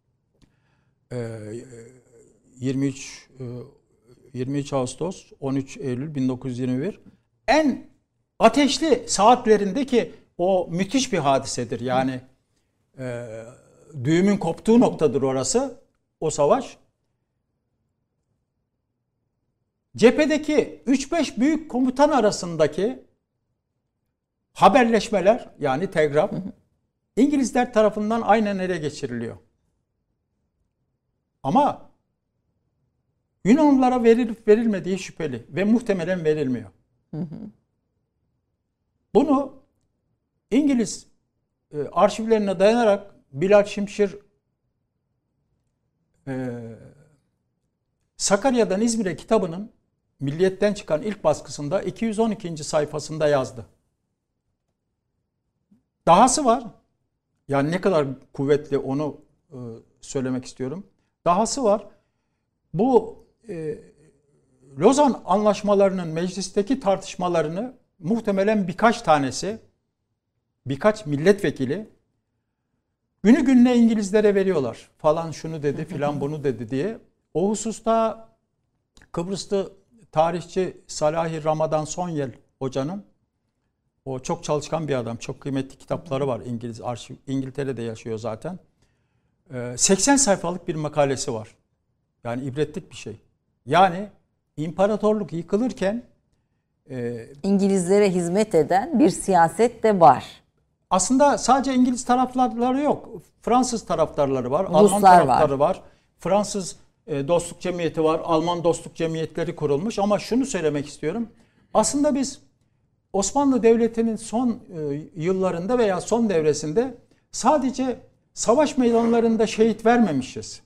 23 Ağustos 13 Eylül 1921 en ateşli saatlerindeki o müthiş bir hadisedir. Yani düğümün koptuğu noktadır orası, o savaş. Cephedeki 3-5 büyük komutan arasındaki haberleşmeler, yani telgraf, İngilizler tarafından aynen ele geçiriliyor. Ama Yunanlılara verilip verilmediği şüpheli ve muhtemelen verilmiyor. Bunu İngiliz arşivlerine dayanarak Bilal Şimşir Sakarya'dan İzmir'e kitabının Milliyet'ten çıkan ilk baskısında 212. sayfasında yazdı. Dahası var. Yani ne kadar kuvvetli onu söylemek istiyorum. Dahası var. Bu Lozan anlaşmalarının meclisteki tartışmalarını muhtemelen birkaç milletvekili günü gününe İngilizlere veriyorlar. Falan şunu dedi, filan bunu dedi diye. O hususta Kıbrıslı tarihçi Salahi Ramadan Sonyel hocanın, o çok çalışkan bir adam. Çok kıymetli kitapları var. İngiliz arşiv, İngiltere'de yaşıyor zaten. 80 sayfalık bir makalesi var. Yani ibretlik bir şey. Yani imparatorluk yıkılırken İngilizlere hizmet eden bir siyaset de var. aslında sadece İngiliz taraftarları yok. Fransız taraftarları var. Ruslar Alman taraftarı var. var. Fransız dostluk cemiyeti var. Alman dostluk cemiyetleri kurulmuş. Ama şunu söylemek istiyorum. Aslında biz Osmanlı Devleti'nin son yıllarında veya son devresinde sadece savaş meydanlarında şehit vermemişiz.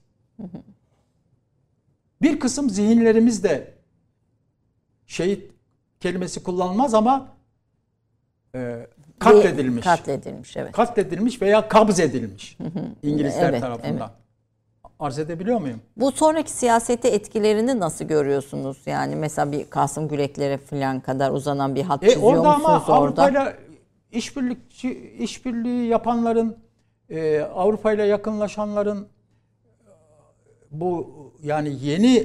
Bir kısım zihinlerimizde şehit kelimesi kullanılmaz ama katledilmiş. Katledilmiş, evet. Katledilmiş veya kabz edilmiş İngilizler Evet, tarafından. Arz edebiliyor muyum? Bu sonraki siyasete etkilerini nasıl görüyorsunuz? Yani mesela bir Kasım Güleklere falan kadar uzanan bir hat çiziyor Orada ama musunuz orada? Avrupa'yla işbirliği yapanların, Avrupa'yla yakınlaşanların bu yani yeni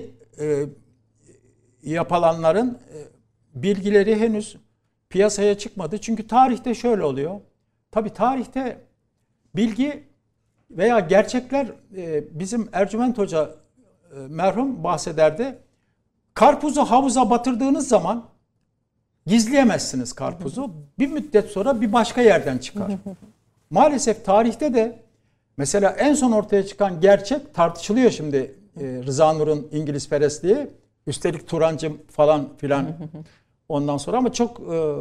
yapılanların bilgileri henüz piyasaya çıkmadı. Çünkü tarihte şöyle oluyor. Tabii tarihte bilgi veya gerçekler, bizim Ercüment Hoca merhum bahsederdi. Karpuzu havuza batırdığınız zaman gizleyemezsiniz karpuzu. Bir müddet sonra bir başka yerden çıkar. Maalesef tarihte de mesela en son ortaya çıkan gerçek tartışılıyor şimdi, Rıza Nur'un İngilizperestliği. Üstelik Turancım falan filan ondan sonra, ama çok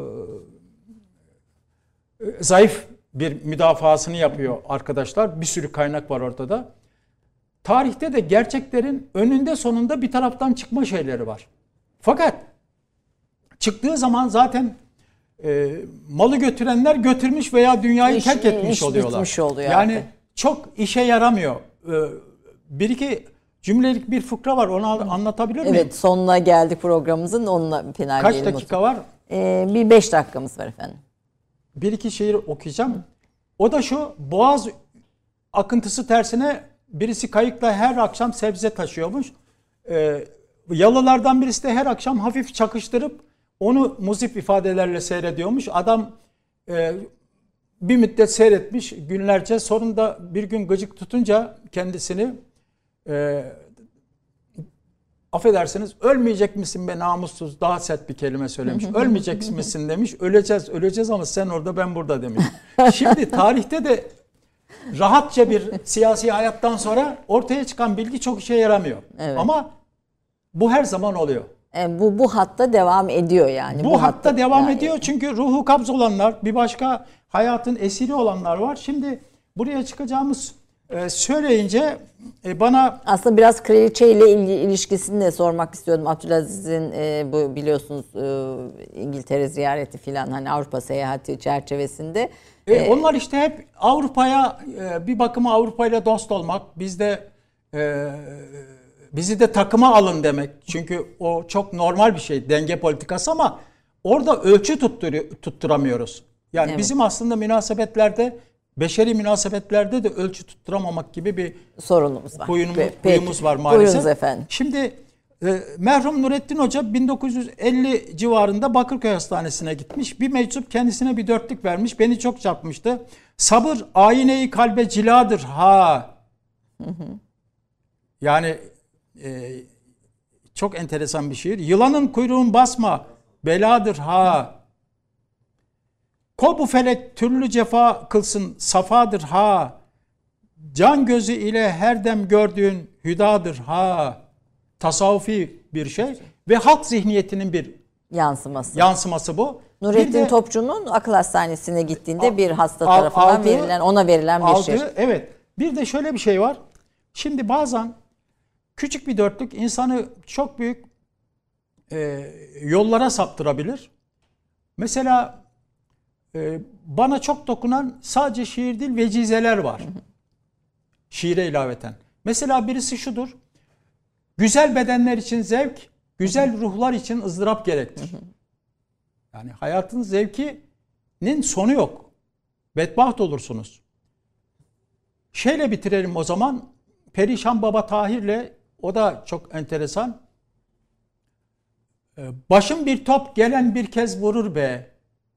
zayıf bir müdafasını yapıyor arkadaşlar. Bir sürü kaynak var ortada. Tarihte de gerçeklerin önünde sonunda bir taraftan çıkma şeyleri var. Fakat çıktığı zaman zaten malı götürenler götürmüş veya dünyayı terk etmiş oluyorlar. Bitmiş oluyor yani artık. çok işe yaramıyor. Bir iki cümlelik bir fıkra var. Onu anlatabilir miyim? Evet, sonuna geldik programımızın. Onunla finalleyelim. Kaç dakika var? Bir 5 dakikamız var efendim. Bir iki şiir okuyacağım. O da şu: Boğaz akıntısı tersine birisi kayıkla her akşam sebze taşıyormuş. Yalılardan birisi de her akşam hafif çakıştırıp onu muzip ifadelerle seyrediyormuş. Adam bir müddet seyretmiş günlerce. Sonunda bir gün gıcık tutunca kendisini, affedersiniz, ölmeyecek misin be namussuz, daha sert bir kelime söylemiş. Ölmeyecek misin demiş. Öleceğiz ama sen orada ben burada demiş. Şimdi tarihte de rahatça bir siyasi hayattan sonra ortaya çıkan bilgi çok işe yaramıyor. Evet. Ama bu her zaman oluyor. Bu hatta devam ediyor yani. Bu hatta devam yani ediyor çünkü ruhu kabz olanlar, bir başka hayatın esiri olanlar var. Şimdi buraya çıkacağımız söyleyince bana aslında biraz kraliçe ile ilişkisini de sormak istiyordum. Abdülaziz'in bu biliyorsunuz İngiltere ziyareti filan, hani Avrupa seyahati çerçevesinde. Onlar işte hep Avrupa'ya, bir bakıma Avrupa ile dost olmak, bizi de takıma alın demek. Çünkü o çok normal bir şey, denge politikası, ama orada ölçü tutturamıyoruz. Yani Evet. bizim aslında münasebetlerde, beşeri münasebetlerde de ölçü tutturamamak gibi bir Sorunumuz var. huyumuz var maalesef. Buyurunuz efendim. Şimdi merhum Nurettin Hoca 1950 civarında Bakırköy Hastanesi'ne gitmiş. Bir meczup kendisine bir dörtlük vermiş. Beni çok çarpmıştı. Sabır ayine-i kalbe ciladır ha. Yani çok enteresan bir şiir. Yılanın kuyruğun basma beladır ha. Kobu felek türlü cefa kılsın safadır ha. Can gözü ile her dem gördüğün hüdadır ha. Tasavvufi bir şey ve halk zihniyetinin bir yansıması bu. Nurettin Topçu'nun akıl hastanesine gittiğinde bir hasta tarafından ona verilen bir şey. Evet. Bir de şöyle bir şey var. Şimdi bazen küçük bir dörtlük insanı çok büyük yollara saptırabilir. Mesela bana çok dokunan sadece şiir değil, vecizeler var. Şiire ilaveten. Mesela birisi şudur: güzel bedenler için zevk, güzel ruhlar için ızdırap gerektir. Yani hayatın zevkinin sonu yok. Bedbaht olursunuz. Şeyle bitirelim o zaman. Perişan Baba Tahir'le, o da çok enteresan. Başım bir top gelen bir kez vurur be.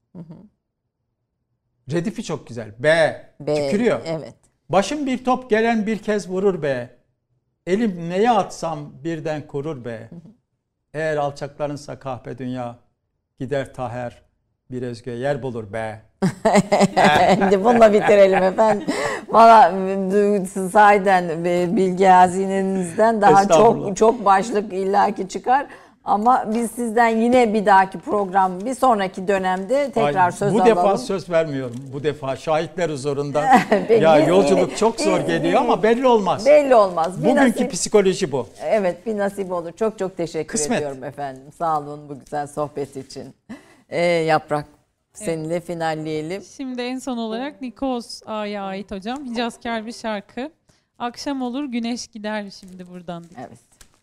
Redifi çok güzel. Be. Tükürüyor. Evet. Başım bir top gelen bir kez vurur be. Elim neye atsam birden kurur be. Eğer alçaklarınsa kahpe dünya, gider taher bir özgü yer bulur be. Şimdi bununla bitirelim efendim. Valla sahiden bilgi hazinenizden daha Estağfurullah. çok başlık illaki çıkar. Ama biz sizden yine bir dahaki program, bir sonraki dönemde tekrar Ay, söz bu alalım. defa söz vermiyorum. Bu defa şahitler huzurunda. Peki, Ya yolculuk çok zor biz- geliyor ama belli olmaz. Belli olmaz. Bir Bugünkü nasip- psikoloji bu. Evet, bir nasip olur. Çok teşekkür Kısmet. ediyorum efendim. Sağ olun bu güzel sohbet için. Yaprak, seninle finalleyelim. Şimdi en son olarak Nikos Ağa'ya ait hocam. Hicazkar bir şarkı. Akşam olur güneş gider şimdi buradan. Evet.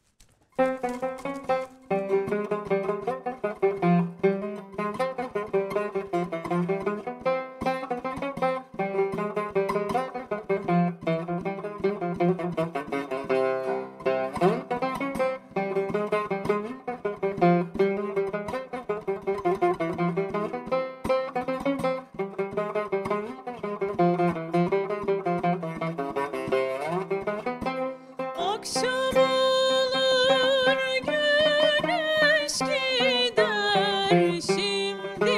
Akşam olur güneş gider şimdi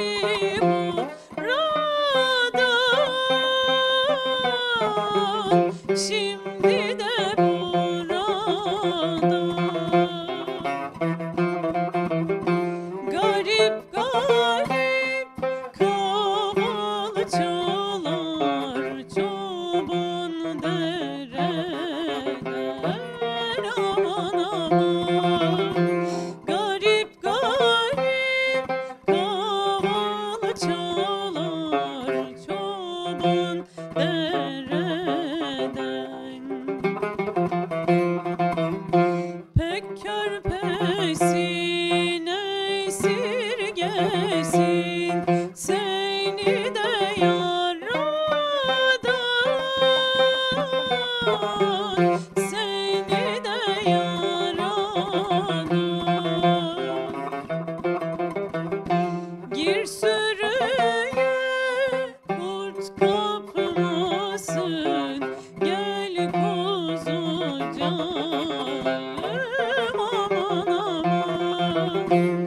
buradan, şimdi de buradan. Garip garip kaval çalar çoban dereler, aman aman. Garip garip kaval çalar çoban dereden. Pek körpesin esirgesin seni de yaradan, seni de yaradan. Gir sürüye kurt kapmasın, gel kuzucağım, aman aman.